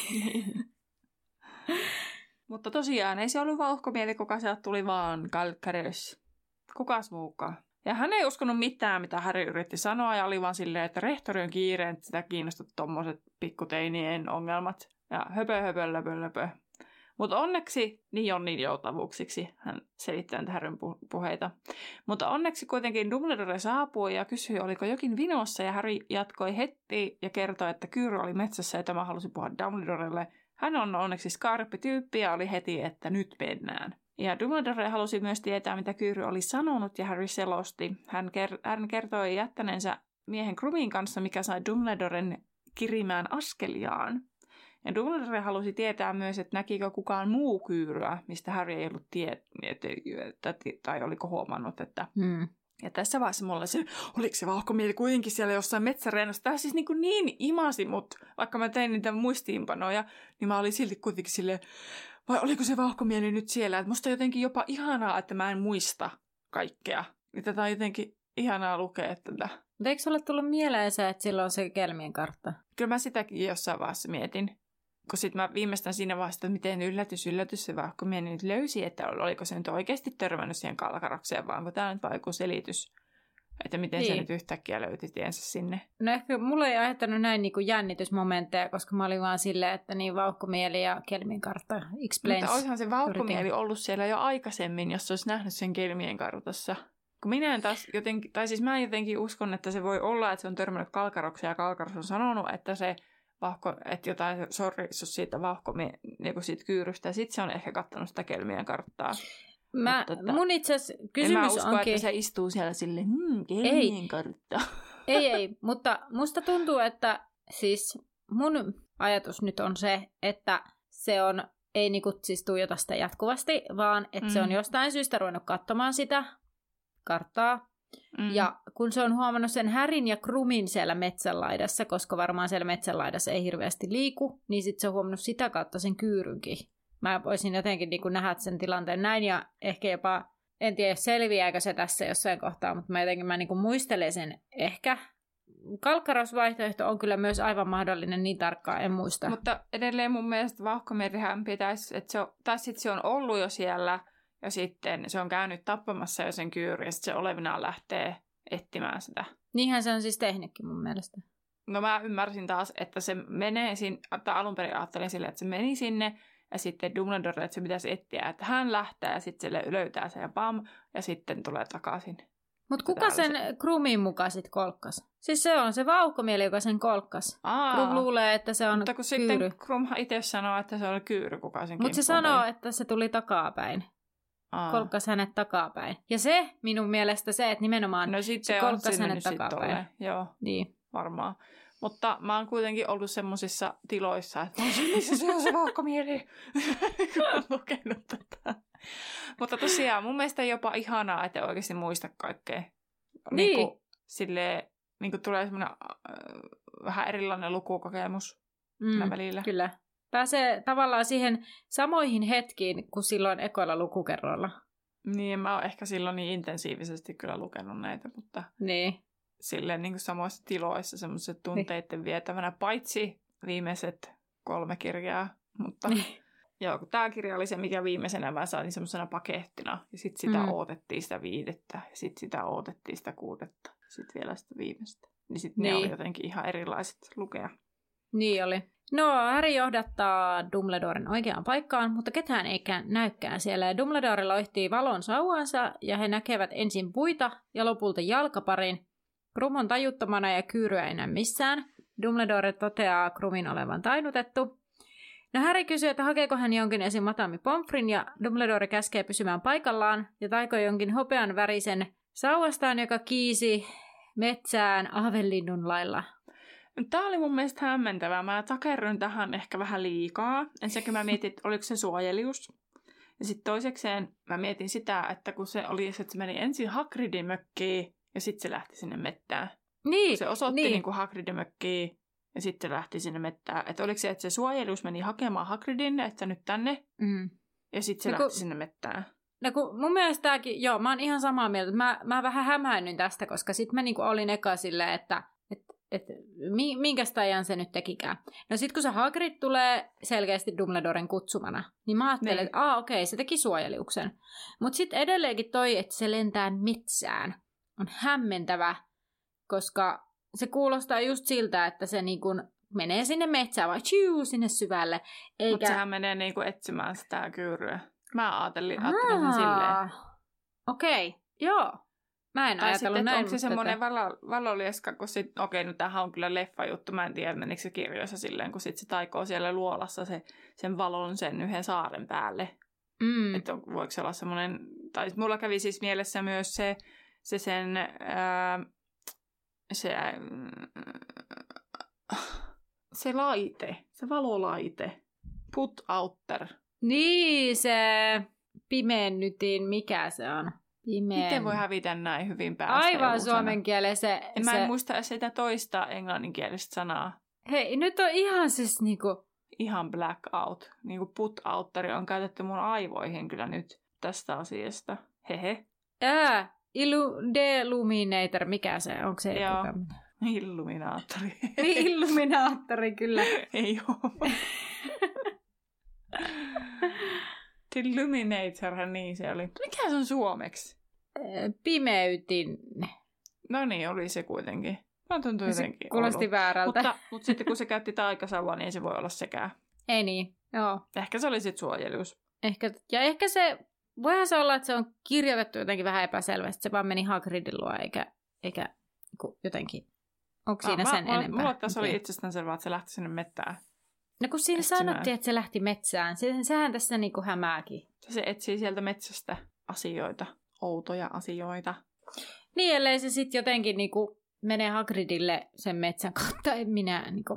Mutta tosiaan ei se ollut vauhkomieli, kuka sieltä tuli vaan Calcareus. Kukas muukaan. Ja hän ei uskonut mitään, mitä Harry yritti sanoa, ja oli vaan silleen, että rehtori on kiire, että sitä kiinnostaa tommoset pikkuteinien ongelmat. Ja höpö, höpö, löpö, löpö. Mutta onneksi, niin on niin joutavuuksiksi, hän selittää näitä Harryn puheita. Mutta onneksi kuitenkin Dumbledore saapui ja kysyi, oliko jokin vinossa, ja Harry jatkoi heti ja kertoi, että Kyyry oli metsässä, ja tämä halusi puhua Dumbledorelle. Hän on onneksi skarppi tyyppi ja oli heti, että nyt mennään. Ja Dumbledore halusi myös tietää, mitä Kyyry oli sanonut, ja Harry selosti. Hän, ker- hän kertoi jättäneensä miehen Krumin kanssa, mikä sai Dumbledoren kirimään askeliaan. Ja Dumbledore halusi tietää myös, että näkikö kukaan muu Kyyryä, mistä Harry ei ollut tiennyt, tai oliko huomannut, että... Hmm. Ja tässä vaiheessa mulla se, oliko se vauhkomieli kuitenkin siellä jossain metsäreenossa. Tämä siis niin, niin imasi mut, vaikka mä tein niitä muistiinpanoja, niin mä olin silti kuitenkin silleen, vai oliko se vauhkomieli nyt siellä? Että musta on jotenkin jopa ihanaa, että mä en muista kaikkea. Ja tätä on jotenkin ihanaa lukea tätä. Mutta eikö sulle tullut mieleensä, että silloin on se Kelmien kartta? Kyllä mä sitäkin jossain vaiheessa mietin. Kun sitten mä viimeistään siinä vaiheessa, että miten yllätys, yllätys se vauhkomieli nyt löysi, että oliko se nyt oikeasti törmännyt siihen Kalkarokseen, vaan kun tämä nyt vaan joku selitys, että miten niin. Se nyt yhtäkkiä löyti tiensä sinne. No ehkä mulla ei ajattanut näin niin kuin jännitysmomentteja, koska mä olin vaan silleen, että niin vauhkomieli ja Kelmien kartta explains. Mutta olisihan se vauhkomieli ollut siellä jo aikaisemmin, jos olisi nähnyt sen Kelmien kartassa. Kun minä en taas jotenkin, tai siis mä jotenkin uskon, että se voi olla, että se on törmännyt Kalkarokseen ja Kalkaros on sanonut, että se vauhko, että jotain sorrissus siitä vauhkomie, niin siitä Kyyrystä, ja sitten se on ehkä kattanut sitä Kelmien karttaa. Mä, Mutta, että, mun itse asiassa kysymys onkin... En mä usko, onkin... että se istuu siellä silleen, hmm, Kelmien kartta. Ei, ei, mutta musta tuntuu, että siis mun ajatus nyt on se, että se on, ei niinku siis tuijota sitä jatkuvasti, vaan että mm. se on jostain syystä ruvennut katsomaan sitä karttaa. Mm. Ja kun se on huomannut sen Harryn ja Krumin siellä metsänlaidassa, koska varmaan siellä metsänlaidassa ei hirveästi liiku, niin sitten se on huomannut sitä kautta sen Kyyrynkin. Mä voisin jotenkin niin kuin nähdä sen tilanteen näin, ja ehkä jopa, en tiedä selviääkö se tässä jossain kohtaa, mutta mä jotenkin mä niin kuin muistelen sen ehkä. Kalkkarosvaihtoehto on kyllä myös aivan mahdollinen, niin tarkkaan en muista. Mutta edelleen mun mielestä vauhkomerihän pitäisi, että se on, tai sitten se on ollut jo siellä, ja sitten se on käynyt tappamassa jo sen Kyyry, ja sitten se olevinaan lähtee etsimään sitä. Niinhän se on siis tehnytkin mun mielestä. No mä ymmärsin taas, että se menee sinne, tai alun perin ajattelin silleen, että se meni sinne, ja sitten Dumbledore, että se pitäisi etsiä, että hän lähtee, ja sitten se löytää sen ja pam, ja sitten tulee takaisin. Mutta kuka sen se... Krumin mukaan sitten kolkkas? Siis se on se vauhkomieli, joka sen kolkkas. Aa, Krum luulee, että se on mutta kun Kyyry. Sitten Krumhan itse sanoo, että se on Kyyry, kuka sen Mutta se sanoo, että se tuli takapäin. Aa. Kolkkas hänet takapäin. Ja se minun mielestä se, että nimenomaan no se kolkkas hänet takapäin. Joo, niin. Varmaan. Mutta mä oon kuitenkin ollut semmosissa tiloissa, että missä se on se vauhkomieli, kun oon lukenut tätä. Mutta tosiaan mun mielestä jopa ihanaa, että oikeasti muista kaikkea. Niin. Niin kuin, silleen, niin kuin tulee semmoinen äh, vähän erilainen lukukokemus mm, välillä. Kyllä. Pääsee tavallaan siihen samoihin hetkiin kuin silloin ekoilla lukukerroilla. Niin, mä oon ehkä silloin niin intensiivisesti kyllä lukenut näitä, mutta niin. Silleen niin kuin samoissa tiloissa semmoiset tunteiden niin. Vietävänä, paitsi viimeiset kolme kirjaa. Mutta niin. Joo, kun tämä kirja oli se, mikä viimeisenä mä saatiin semmoisena pakettina. Ja sitten sitä mm. odotettiin sitä viidettä, ja sitten sitä odotettiin sitä kuudetta, ja sitten vielä sitä viimeistä. Niin sitten niin. Ne oli jotenkin ihan erilaiset lukea. Niin oli. No, Harry johdattaa Dumbledoren oikeaan paikkaan, mutta ketään ei näykään siellä. Ja Dumbledore loihtii valon sauvansa, ja he näkevät ensin puita ja lopulta jalkaparin. Krum on tajuttomana ja Kyyryä ei näy missään. Dumbledore toteaa Krumin olevan tainutettu. No Harry kysyy, että hakeeko hän jonkin esim. Madame Pomfrin, ja Dumbledore käskee pysymään paikallaan ja taikoi jonkin hopean värisen sauvastaan, joka kiisi metsään ahvenlinnun lailla. Tämä oli mun mielestä hämmentävää. Mä takerryn tähän ehkä vähän liikaa. Ensinnäkin mä mietin, että oliko se suojelius. Ja sitten toisekseen mä mietin sitä, että kun se oli, että se meni ensin Hagridin mökkiin ja sitten se lähti sinne mettään. Niin, se osoitti niin. niin kuin Hagridin mökkiin ja sitten lähti sinne mettään. Että oliko se, että se suojelus meni hakemaan Hagridin, että nyt tänne, mm. ja sitten se no, lähti kun, sinne mettään. No kun mun mielestä tämäkin, joo, mä oon ihan samaa mieltä. Mä, mä vähän hämäännyin tästä, koska sitten mä niinku olin eka silleen, että et, et, minkästä ajan se nyt tekikään. No sit kun se Hagrid tulee selkeästi Dumbledoren kutsumana, niin mä ajattelin, niin. että aa okei, okay, se teki suojeliuksen. Mutta sitten edelleenkin toi, että se lentää metsään, on hämmentävä, koska se kuulostaa just siltä, että se niinku menee sinne metsään, vai tjuu, sinne syvälle. Eikä... Mutta sehän menee niinku etsimään sitä kyyryä. Mä ajattelin, ajattelin sen silleen. Okei, okay, joo. Mä en tai ajatellut sitten, näin. onko se semmoinen valo, valolieska, kun sit, okei, okay, no tämähän on kyllä leffa-juttu, mä en tiedä, menikö se kirjoissa silleen, kun sit se taikoo siellä luolassa se, sen valon sen yhden saaren päälle. Mm. Että voiko se olla semmoinen, tai mulla kävi siis mielessä myös se, se sen, ää, se, ää, se laite, se valolaite, put outer. Niin, se pimennytin, mikä se on? Pimen... Miten voi hävitä näin hyvin päästä? Aivan suomen kielen se... En se... mä en muista sitä toista englanninkielistä sanaa. Hei, nyt on ihan siis niinku... Ihan blackout. Niinku put outteri on käytetty mun aivoihin kyllä nyt tästä asiasta. Hehe. Ää, illu... deluminator, mikä se? Onko se? Joo, illuminaattori. Illuminaattori, kyllä. Ei oo. Illuminatorhan niin se oli. Mikä se on suomeksi? Pimeytin. No niin, oli se kuitenkin. Mä tuntui jotenkin kuulosti väärältä. Mutta, mutta sitten kun se käytti taikasauvaa, niin ei se voi olla sekään. Ei niin, joo. Ehkä se oli sitten suojelus. Ehkä, ja ehkä se, voihan se olla, että se on kirjoitettu jotenkin vähän epäselvästi. Se vaan meni Hagridin luo, eikä, eikä jotenkin, onko siinä no, sen mä, enempää? Mulla tässä oli itsestäänselvää, että se lähti sinne mettään. No kun siinä etsimään. Sanottiin, että se lähti metsään. Se, sehän tässä niinku hämääkin. Se etsii sieltä metsästä asioita, outoja asioita. Niin, ellei se sitten jotenkin niinku menee Hagridille sen metsän kautta, en minä niinku...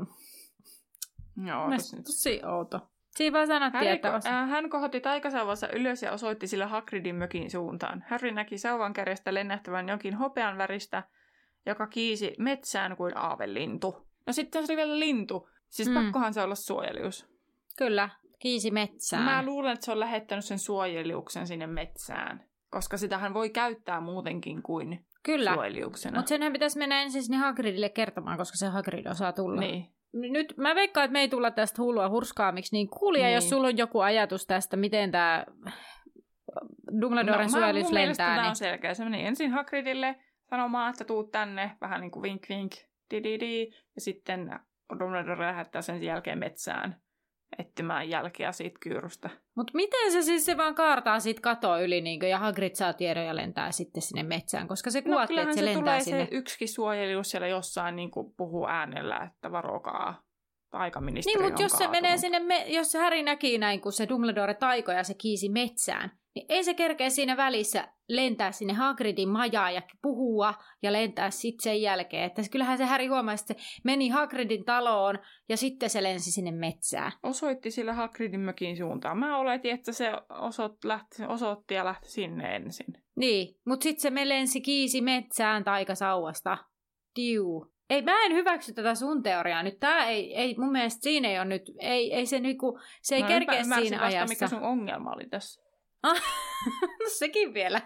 Joo, tosi outo. Siinä vaan sanottiin, Harry, että... Osa... Äh, hän kohotti taikasauvansa ylös ja osoitti sillä Hagridin mökin suuntaan. Harry näki sauvan kärjestä lennähtävän jokin hopean väristä, joka kiisi metsään kuin aavelintu. No sitten se oli vielä lintu. Siis mm. pakkohan se olla suojelius. Kyllä, kiisi metsään. Mä luulen, että se on lähettänyt sen suojeliuksen sinne metsään. Koska sitähän voi käyttää muutenkin kuin Kyllä. suojeliuksena. Mutta senhän pitäisi mennä ensin sinne Hagridille kertomaan, koska se Hagrid osaa tulla. Niin. Nyt mä veikkaan, että me ei tulla tästä hullua hurskaamiksi, niin kuulija, niin. Jos sulla on joku ajatus tästä, miten tämä Dumbledoren no, suojelius mun lentää. Tämä niin... on selkeä. Se meni ensin Hagridille sanomaan, että tuu tänne, vähän niin kuin vink vink, di di di, ja sitten Dumbledore lähettää sen jälkeen metsään etsimään jälkeä siitä kyyrusta. Mutta miten se siis se vaan kaartaa siitä katoa yli niin kuin, ja Hagrid saa tiedon ja lentää sitten sinne metsään, koska se kuvatti, no, että se, se lentää sinne. Se yksikin suojelius siellä jossain niin kuin puhuu äänellä, että varokaa, taikaministeri niin, mutta jos kaatunut. se menee sinne, me- jos se Harry näki näin, kun se Dumbledore taikoi ja se kiisi metsään, niin ei se kerkeä siinä välissä lentää sinne Hagridin majaan ja puhua ja lentää sitten sen jälkeen. Että kyllähän se Harry huomasi, että se meni Hagridin taloon ja sitten se lensi sinne metsään. Osoitti sillä Hagridin mökin suuntaan. Mä oletin, että se osoit, lähti, osoitti ja lähti sinne ensin. Niin, mutta sitten se me lensi kiisi metsään taikasauvasta. Diu. Ei, mä en hyväksy tätä sun teoriaa nyt. Tää ei, ei mun mielestä siinä ei ole nyt, ei, ei se niinku, se ei no, kerkeä siinä ajassa. Mä vasta, mikä sun ongelma oli tässä. Ah, no sekin vielä.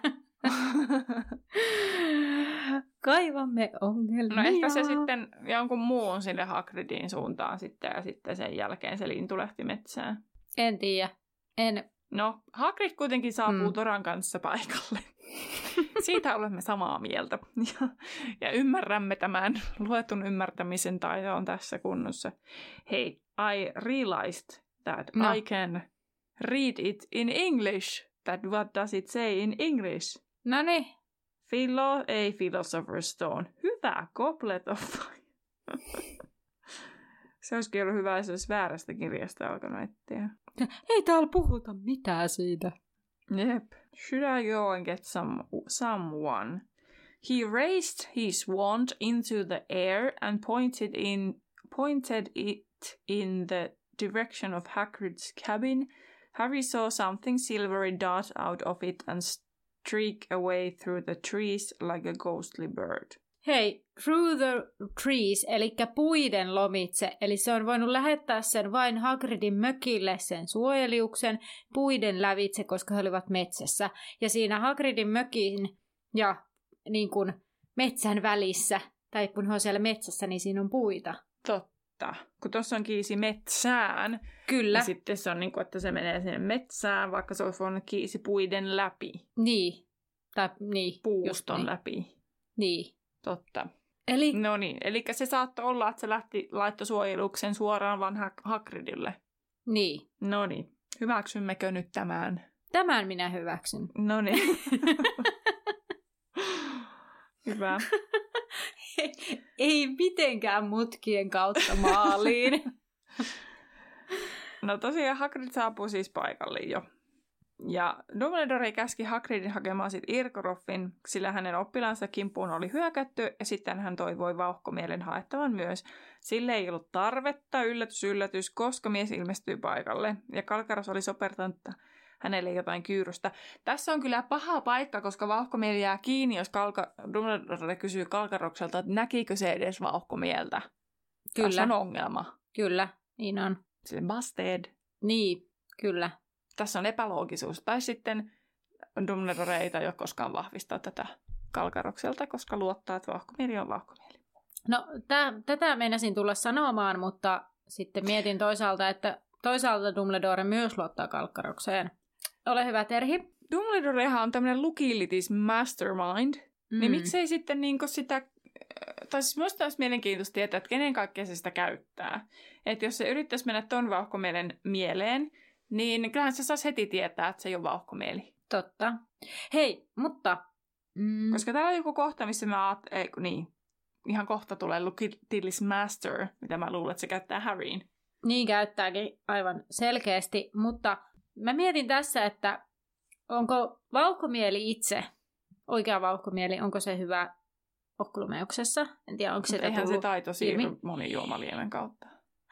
Kaivamme ongelmia. No ehkä se sitten jonkun muun sinne Hagridin suuntaan sitten ja sitten sen jälkeen se lintu lähti metsään. En tiedä. En. No, Hagrid kuitenkin saapuu mm. Toran kanssa paikalle. Siitä olemme samaa mieltä. Ja, ja ymmärrämme tämän luetun ymmärtämisen taidon tässä kunnossa. Hei, I realized that no. I can read it in English. That what does it say in English? No niin. Philo, ei Philosopher's Stone. Hyvä, Goblet of Fire. Se olisikin ollut hyvä, jos olisi väärästä kirjasta alkanut etsiä. Ei täällä puhuta mitään siitä. Yep. Should I go and get some someone? He raised his wand into the air and pointed in pointed it in the direction of Hagrid's cabin. Harry saw something silvery dart out of it and streak away through the trees like a ghostly bird. Hei, through the trees, eli puiden lomitse. Eli se on voinut lähettää sen vain Hagridin mökille, sen suojeliuksen, puiden lävitse, koska he olivat metsässä. Ja siinä Hagridin mökin ja niin kuin metsän välissä, tai kun he on siellä metsässä, niin siinä on puita. Totta. Kun tuossa on kiisi metsään, Kyllä. niin sitten se on niin kuin, että se menee sinne metsään, vaikka se olisi voinut kiisi puiden läpi. Niin. Tai niin. Puuston niin. läpi. Niin. Totta. Eli... No niin, eli se saattoi olla, että se lähti laittoi suojeluksen suoraan vaan Hagridille. Niin. No niin, hyväksymmekö nyt tämän? Tämän minä hyväksyn. No niin. Hyvä. Ei mitenkään mutkien kautta maaliin. No tosiaan Hagrid saapui siis paikalle jo. Ja Dumbledore käski Hagridin hakemaan sit Irkoroffin, sillä hänen oppilaansa kimppuun oli hyökätty, ja sitten hän toivoi vauhkomielen haettavan myös. Sille ei ollut tarvetta, yllätys yllätys, koska mies ilmestyi paikalle, ja Kalkaros oli sopertanut hänelle jotain kyyrystä. Tässä on kyllä paha paikka, koska vauhkomieli jää kiinni, jos Kalka... Dumbledore kysyy Kalkarokselta, että näkikö se edes vauhkomieltä. Kyllä. Tässä on ongelma. Kyllä, niin on. Se busted. Niin, kyllä. Tässä on epäloogisuus. Tai sitten Dumbledore ei tajua koskaan vahvistaa tätä Kalkarokselta, koska luottaa, että vauhkomieli on vauhkomieli. No, täh, tätä meinasin tulla sanomaan, mutta sitten mietin toisaalta, että toisaalta Dumbledore myös luottaa Kalkarokseen. Ole hyvä, Terhi. Dumbledorehan on tämmöinen lukilitis mastermind. Mm. Niin miksei sitten niinku sitä... Tai siis minusta olisi mielenkiintoista tietää, että kenen kaikkea se sitä käyttää. Että jos se yrittäisi mennä ton vauhkomielen mieleen, niin kyllähän se saisi heti tietää, että se ei ole vauhkomieli. Totta. Hei, mutta... Mm. Koska täällä on joku kohta, missä mä ajattelin... Niin, ihan kohta tulee lukilitis master, mitä mä luulen, että se käyttää Harryin. Niin käyttääkin aivan selkeästi, mutta mä mietin tässä, että onko vauhkomieli itse, oikea vauhkomieli, onko se hyvä Occlumeuksessa? En tiedä, onko sitä eihän tullut se taito siirry ilmi. monin juomaliemen kautta.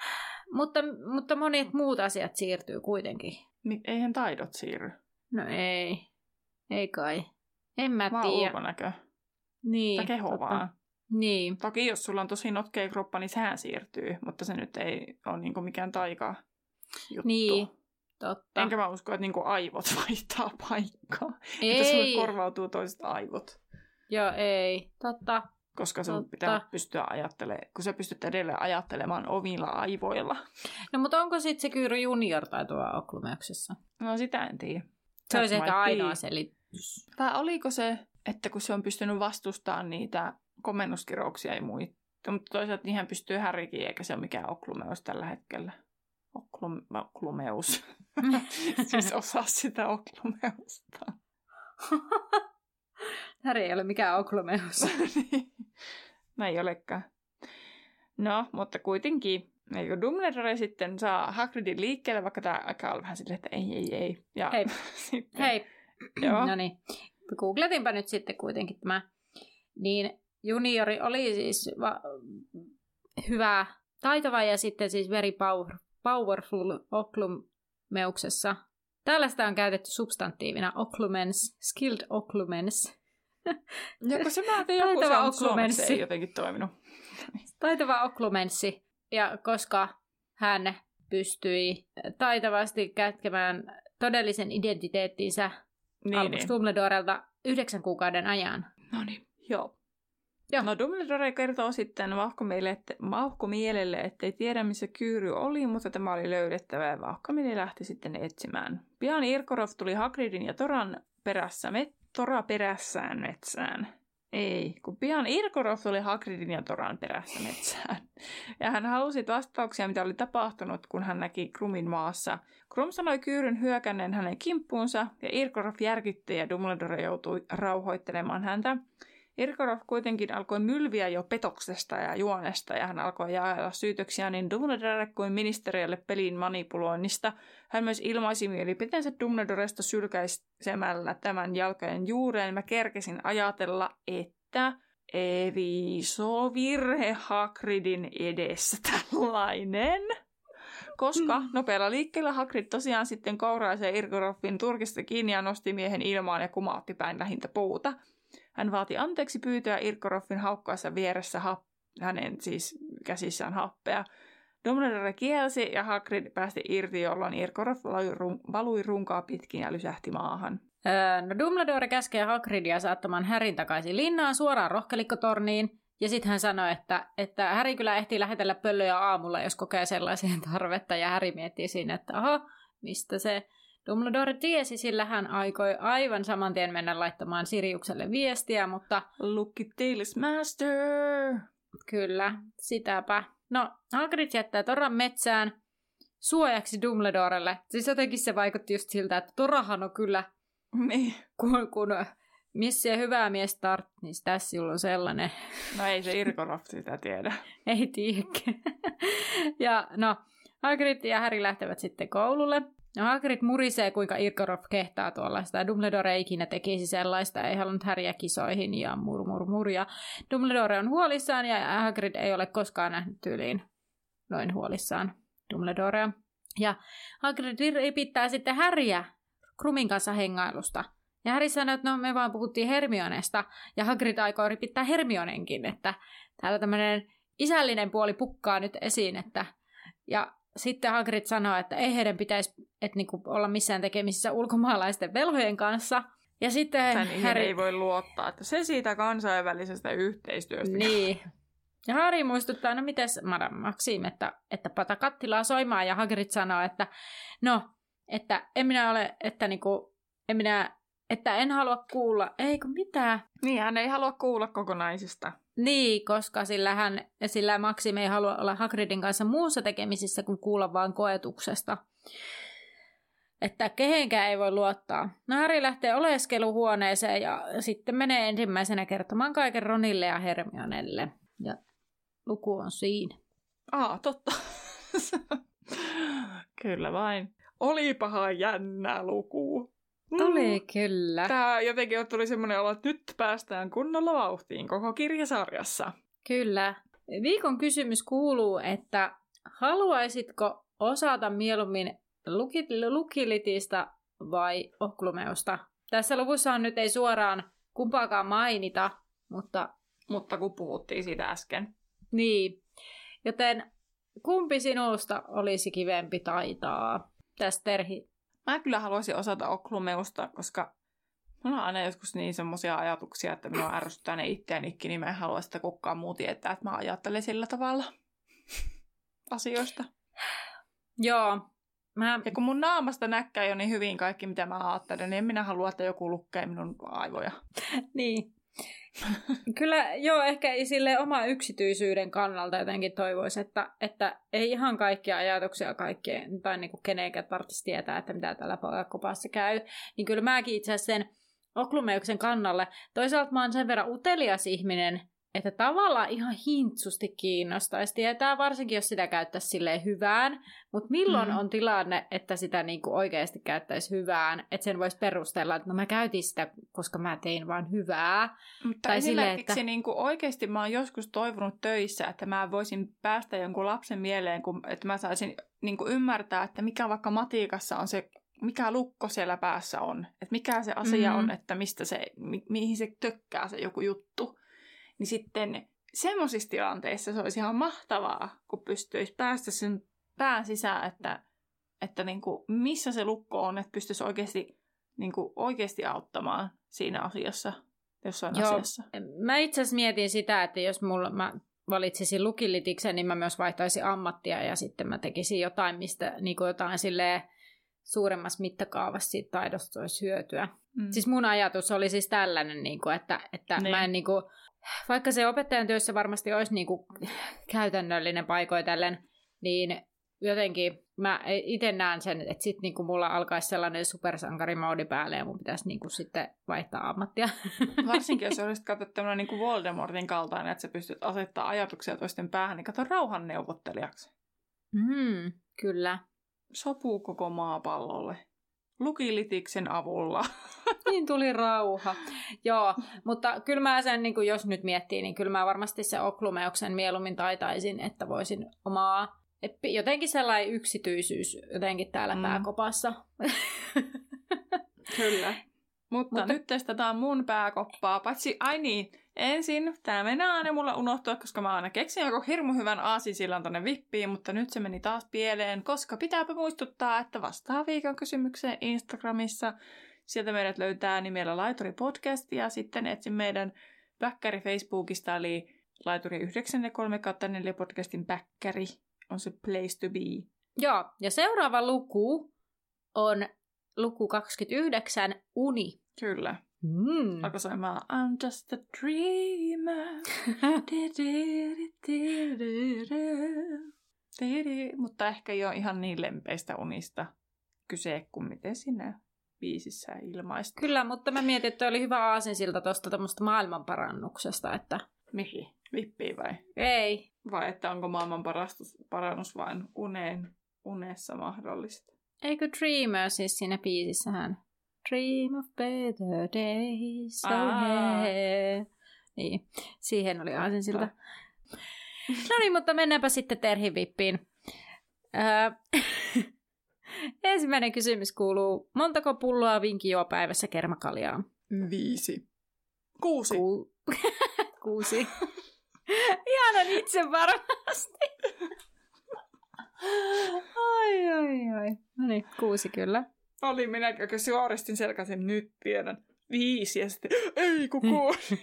Mutta, mutta monet muut asiat siirtyy kuitenkin. Niin, eihän taidot siirry. No ei, ei kai. En mä vaan tiedä. ulkonäkö. Niin, tai keho totta. vaan. Niin. Toki jos sulla on tosi notkea kroppa, niin sehän siirtyy, mutta se nyt ei ole niinku mikään taika juttu. Niin, totta. Enkä mä usko, että niinku aivot vaihtaa paikkaa. Ei. Että sulle korvautuu toiset aivot. Joo, ei. Totta. Koska sun Totta. pitää pystyä ajattelemaan, kun sä pystyt edelleen ajattelemaan omilla aivoilla. No mutta onko sitten se Kyyry junior taitoa Occlumeuksessa? No sitä en tiedä. Se olisi ehkä ainoa be. selitys. Tai oliko se, että kun se on pystynyt vastustamaan niitä komennuskirouksia ja muita. Mutta toisaalta niihin pystyy Harrykin, eikä se ole mikään Occlumeus tällä hetkellä. Occlum, Occlumeus. Siis osaa sitä Occlumeusta. Harry ei ole mikään Occlumeus. No ei olekaan. No, mutta kuitenkin. Eikö Dumbledore sitten saa Hagridin liikkeelle, vaikka tämä aika on vähän silleen, että ei, ei, ei. Ja Hei, sitten, hei. Joo. No niin, googletinpä nyt sitten kuitenkin tämä. Niin juniori oli siis va- hyvä, taitava ja sitten siis very power, powerful Occlumeuksessa. Tällaista on käytetty substantiivina Occlumens, skilled Occlumens. Joko se mä joku Taitava se on suomeksi Occlumenssi. ei jotenkin toiminut. Taitava Occlumenssi. Ja koska hän pystyi taitavasti kätkemään todellisen identiteettinsä Niin, Albus niin. Dumbledorelta yhdeksän kuukauden ajan. No niin, joo. Joo. No Dumbledore kertoo sitten vauhkomielelle, että, vauhkomielelle, ettei tiedä missä Kyyry oli, mutta tämä oli löydettävä ja vauhkomieli lähti sitten etsimään. Pian Irkoroff tuli Hagridin ja Toran perässä, met, Tora perässään metsään. Ei, kun pian Irkoroff tuli Hagridin ja Toran perässä metsään. Ja hän halusi vastauksia, mitä oli tapahtunut, kun hän näki Krumin maassa. Krum sanoi Kyyryn hyökänneen hänen kimppuunsa, ja Irkoroff järkytti ja Dumbledore joutui rauhoittelemaan häntä. Irkoroff kuitenkin alkoi mylviä jo petoksesta ja juonesta, ja hän alkoi jaella syytöksiä niin Dumbledorelle kuin ministeriölle pelin manipuloinnista. Hän myös ilmaisi mielipiteensä Dumbledoresta sylkäisemällä tämän jalkojen juureen. Mä kerkesin ajatella, että eli iso virhe Hagridin edessä tällainen. Koska nopealla liikkeellä Hagrid tosiaan sitten kouraisee Irkoroffin turkista kiinni ja nosti miehen ilmaan ja kumautti päin lähintä puuta. Hän vaati anteeksi pyytöä Irkoroffin haukkaessa vieressä hap- hänen siis käsissään happea. Dumbledore kielsi ja Hagrid päästi irti, jolloin Irkoroff valui, run- valui runkaa pitkin ja lysähti maahan. Öö, no Dumbledore käskee Hagridia saattamaan Harryn takaisin linnaan suoraan rohkelikkotorniin. Ja sitten hän sanoi, että, että Harry kyllä ehtii lähetellä pöllöjä aamulla, jos kokee sellaiseen tarvetta. Ja Harry miettii siinä, että aha, mistä se Dumbledore tiesi, sillä hän aikoi aivan saman tien mennä laittamaan Siriukselle viestiä, mutta... Look it, Tails Master! Kyllä, sitäpä. No, Hagrid jättää Toran metsään suojaksi Dumbledorelle. Siis jotenkin se vaikutti just siltä, että Torahan on kyllä... Niin. Kun, kun missä hyvää mies tart, niin tässä sulla on sellainen. No ei se Irkoroff sitä tiedä. Ei tiedäkään. Ja no, Hagrid ja Harry lähtevät sitten koululle. No, Hagrid murisee, kuinka Irkoroff kehtaa tuollaista. Ja Dumbledore ei ikinä tekisi sellaista. Ei halunnut Harryä kisoihin ja mur, mur, mur. Ja Dumbledore on huolissaan ja Hagrid ei ole koskaan nähnyt tyyliin noin huolissaan Dumbledorea. Ja Hagrid ripittää sitten Harryä Krumin kanssa hengailusta. Ja Harry sanoi, että no me vaan puhuttiin Hermionesta. Ja Hagrid aikoo ripittää Hermionenkin, että täällä tämmöinen isällinen puoli pukkaa nyt esiin. Että... Ja sitten Hagrid sanoi, että ei heidän pitäisi et niinku olla missään tekemisissä ulkomaalaisten velhojen kanssa. Ja sitten Tän Harry... ei voi luottaa, että se siitä kansainvälisestä yhteistyöstä. Niin. Ja Harry muistuttaa, no mites Madame Maxime, että, että pata kattilaa soimaan. Ja Hagrid sanoo, että no... Että en minä ole, että niinku, en minä, että en halua kuulla, eikö mitään. Niin, hän ei halua kuulla kokonaisista. Niin, koska sillä, hän, sillä Maxime ei halua olla Hagridin kanssa muussa tekemisissä kuin kuulla vaan koetuksesta. Että kehenkään ei voi luottaa. No Harry lähtee oleskeluhuoneeseen ja sitten menee ensimmäisenä kertomaan kaiken Ronille ja Hermionelle. Ja luku on siinä. Aa, totta. Kyllä vain. Olipahan jännä luku. Oli kyllä. Tämä jotenkin tuli semmoinen olo, että nyt päästään kunnolla vauhtiin koko kirjasarjassa. Kyllä. Viikon kysymys kuuluu, että haluaisitko osata mieluummin Lukilitista vai Occlumeusta? Tässä luvussa on nyt ei suoraan kumpaakaan mainita, mutta... Mutta kun puhuttiin siitä äsken. Niin. Joten kumpi sinusta olisi kivempi taitaa? Tästä Terhi. Mä kyllä haluaisin osata Occlumeusta, koska mulla on aina joskus niin semmoisia ajatuksia, että minua ärsyttää ne itseänikin, niin mä en halua sitä kukaan muu tietää, että mä ajattelen sillä tavalla asioista. Joo. Mä... Ja kun mun naamasta näkkää jo niin hyvin kaikki, mitä mä ajattelen, niin en minä halua, että joku lukee minun aivoja. Niin. Kyllä joo, ehkä sille oma yksityisyyden kannalta jotenkin toivoisi, että, että ei ihan kaikkia ajatuksia kaikkien, tai niinku kenenkään tarvitsisi tietää, että mitä täällä kopassa käy. Niin kyllä mäkin itse asiassa sen Occlumeuksen kannalle. Toisaalta mä oon sen verran utelias ihminen, että tavallaan ihan hintsusti kiinnostaisi tietää, varsinkin jos sitä käyttäisi silleen hyvään, mutta milloin mm. on tilanne, että sitä niinku oikeasti käyttäisi hyvään, että sen voisi perustella, että no mä käytin sitä, koska mä tein vaan hyvää. Mutta tai esimerkiksi silleen, että... niinku oikeasti mä oon joskus toivonut töissä, että mä voisin päästä jonkun lapsen mieleen, kun, että mä saisin niinku ymmärtää, että mikä vaikka matiikassa on se, mikä lukko siellä päässä on, että mikä se asia mm-hmm. on, että mistä se, mi- mihin se tökkää se joku juttu. Niin sitten semmoisissa tilanteissa se olisi ihan mahtavaa, kun pystyisi päästä sen pään sisään, että, että niin kuin missä se lukko on, että pystyisi oikeasti, niin kuin oikeasti auttamaan siinä asiassa, jossain Joo, asiassa. Mä itse asiassa mietin sitä, että jos mulla, mä valitsisin lukilitiksen, niin mä myös vaihtaisin ammattia ja sitten mä tekisin jotain, mistä niin kuin jotain silleen suuremmassa mittakaavassa siitä taidosta olisi hyötyä. Mm. Siis mun ajatus oli siis tällainen, niin kuin, että, että niin. mä en niin kuin, vaikka se opettajan työssä varmasti olisi niin kuin käytännöllinen paikoitellen, niin jotenkin mä itse näen sen, että sitten niin kuin mulla alkaisi sellainen supersankarimoodi päälle ja mun pitäisi niin kuin sitten vaihtaa ammattia. Varsinkin jos olisit katsottu tämmöinen niin kuin Voldemortin kaltainen, että sä pystyt asettaa ajatuksia toisten päähän, niin kato rauhanneuvottelijaksi. Mm, kyllä. Sopuu koko maapallolle. Lukilitiksen avulla. Niin tuli rauha. Joo, mutta kyllä mä sen, niin jos nyt miettii, niin kyllä mä varmasti se Occlumeuksen mieluummin taitaisin, että voisin omaa, jotenkin sellainen yksityisyys jotenkin täällä mm. pääkopassa. Kyllä. Mutta, Mutta nyt testataan mun pääkoppaa. Paitsi, ai niin, ensin, tää menee aina mulle unohtua, koska mä aina keksin joku hirmu hyvän aasinsillan tonne vippiin, mutta nyt se meni taas pieleen, koska pitääpä muistuttaa, että vastaa viikon kysymykseen Instagramissa. Sieltä meidät löytää nimellä Laituri Podcast ja sitten etsin meidän päkkäri Facebookista, eli Laituri yhdeksänkymmentäkolme kautta neljä podcastin päkkäri on se place to be. Joo, ja seuraava luku on luku kaksikymmentäyhdeksän, uni. Kyllä. Mm. Alkoi soimaan I'm just a dreamer. Mutta ehkä ei ole ihan niin lempeistä unista kyse kuin miten sinä biisissä ilmaista. Kyllä, mutta mä mietin, että oli hyvä aasinsilta tuosta tämmöistä maailmanparannuksesta, että... Mihin? Vippiin vai? Ei. Vai että onko maailmanparannus vain uneen, unessa mahdollista? Eikö Dreamer siis siinä biisissähän? Dream of better days, so yeah. Niin, siihen oli aasinsilta. No niin, mutta mennäänpä sitten Terhin vippiin. Öö, ensimmäinen kysymys kuuluu, montako pulloa vinki juo päivässä kermakaljaa? Viisi. Kuusi. Ku... Kuusi. Ihanan itse varmasti. Ai, ai, ai. No niin, kuusi kyllä. Oli minäkin, kun suoristin selkäisen, nyt tiedän. Viisi ja sitten, ei kun kuusi.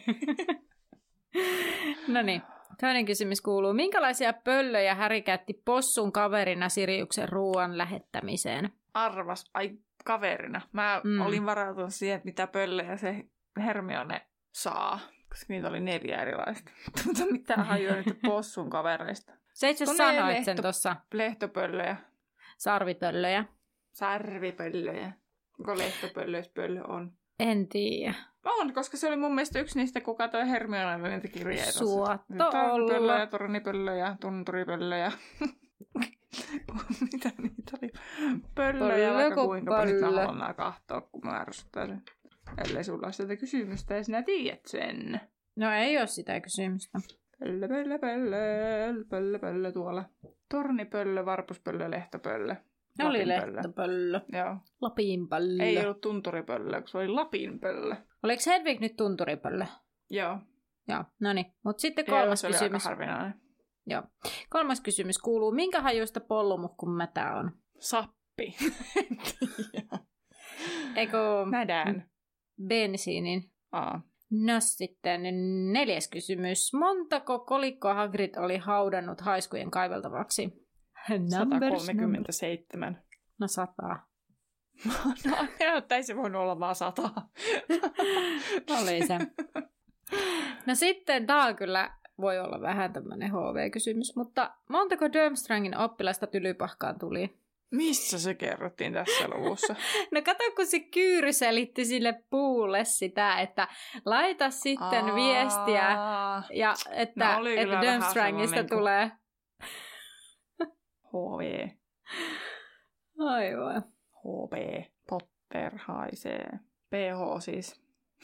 No niin, toinen kysymys kuuluu, minkälaisia pöllöjä Harry käytti possun kaverina Siriuksen ruoan lähettämiseen? Arvas, ai kaverina. Mä mm. olin varautunut siihen, että mitä pöllöjä se Hermione saa, koska niitä oli neljä erilaista. Mutta mitään hajua nyt possun kavereista. Se itse sanoit lehto, sen tuossa. Lehtopöllöjä. Sarvipöllöjä. Sarvipöllöjä. Onko lehtopöllö, jos pöllö on? En tiedä. On, koska se oli mun mielestä yksi niistä, kuka toi Hermione niitä kirjeitä. Suotto olla. Tornipöllöjä, tunturipöllöjä. Mitä niitä oli? Pöllöjä, vaikka kuinka nyt mä haluan nää kahtoa, kun mä ärsyttää sen. Ellei sulla ole sitä kysymystä ja sinä tiedät sen. No ei ole sitä kysymystä. Pöllö, pöllö, pöllö, pöllö, pöllö tuolla. Tornipöllö, varpuspöllö, lehtopöllö. Ne oli lehtopöllö. Joo. Lapinpöllö. Ei ollut tunturipöllö, kun se oli lapinpöllö. Oliko Hedvig nyt tunturipöllö? Joo. Joo, no niin. Mutta sitten kolmas Joo, se kysymys. Oli aika harvinainen. Joo. Kolmas kysymys kuuluu, minkä hajuista pollumuhkun mätä on? Sappi. Eikö... Mädän. Bensiinin. Aa. No sitten neljäs kysymys. Montako kolikkoa Hagrid oli haudannut haiskujen kaiveltavaksi? sata kolmekymmentäseitsemän. No sataa. No ei se voinut olla vaan sataa. Oli se. No sitten, tää kyllä voi olla vähän tämmönen H V-kysymys, mutta montako Durmstrangin oppilasta Tylypahkaan tuli? Missä se kerrottiin tässä luvussa? No kato, kun se Kyyry selitti sille puulle sitä, että laita sitten Aa, viestiä, ja että, no että Durmstrangista tulee... H V. Aivan. H V. Potter haisee. P H siis.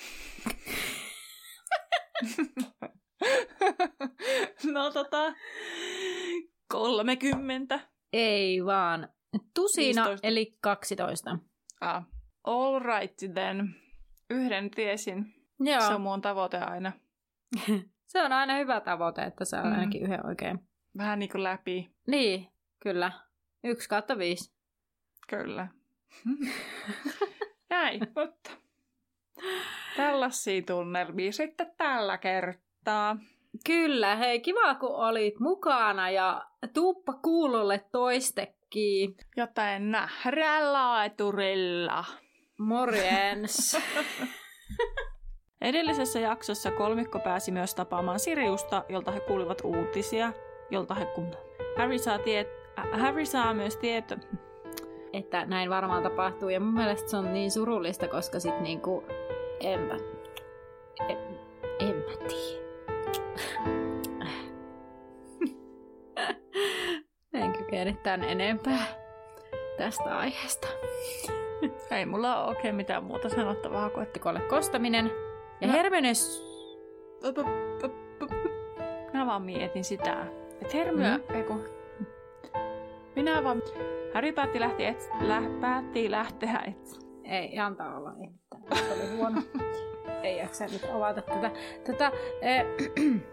No tota... kolmekymmentä. Ei vaan. Tusina viisitoista. Eli kaksitoista. Ah. All right then. Yhden tiesin. Joo. Se on mun tavoite aina. Se on aina hyvä tavoite, että saa mm. ainakin yhden oikein. Vähän niin kuin läpi. Niin, kyllä. Yksi kautta viisi. Kyllä. Näin, mutta tällaisia tunnelmia sitten tällä kertaa. Kyllä, hei, kiva kun olit mukana ja tuuppa kuulolle toistekin. Jotain nähdään laaturilla. Morjens. Edellisessä jaksossa kolmikko pääsi myös tapaamaan Siriusta, jolta he kuulivat uutisia, jolta he kun Harry saa, tiet... Harry saa myös tieto... Että näin varmaan tapahtuu. Ja mun mielestä se on niin surullista, koska sit niinku... En mä... En, en mä tiedä. En kykene tän enempää tästä aiheesta. Ei mulla ole oikein mitään muuta sanottavaa kuin että kolle kostaminen. Ja no. Hermiones... Mä vaan mietin sitä, että Hermione... Mm. Eiku... Minä vaan... Harry päätti, lähti et... Lä... päätti lähteä et... Ei, antaa olla. oli huono. Ei jaksa nyt avata tätä. tätä eh,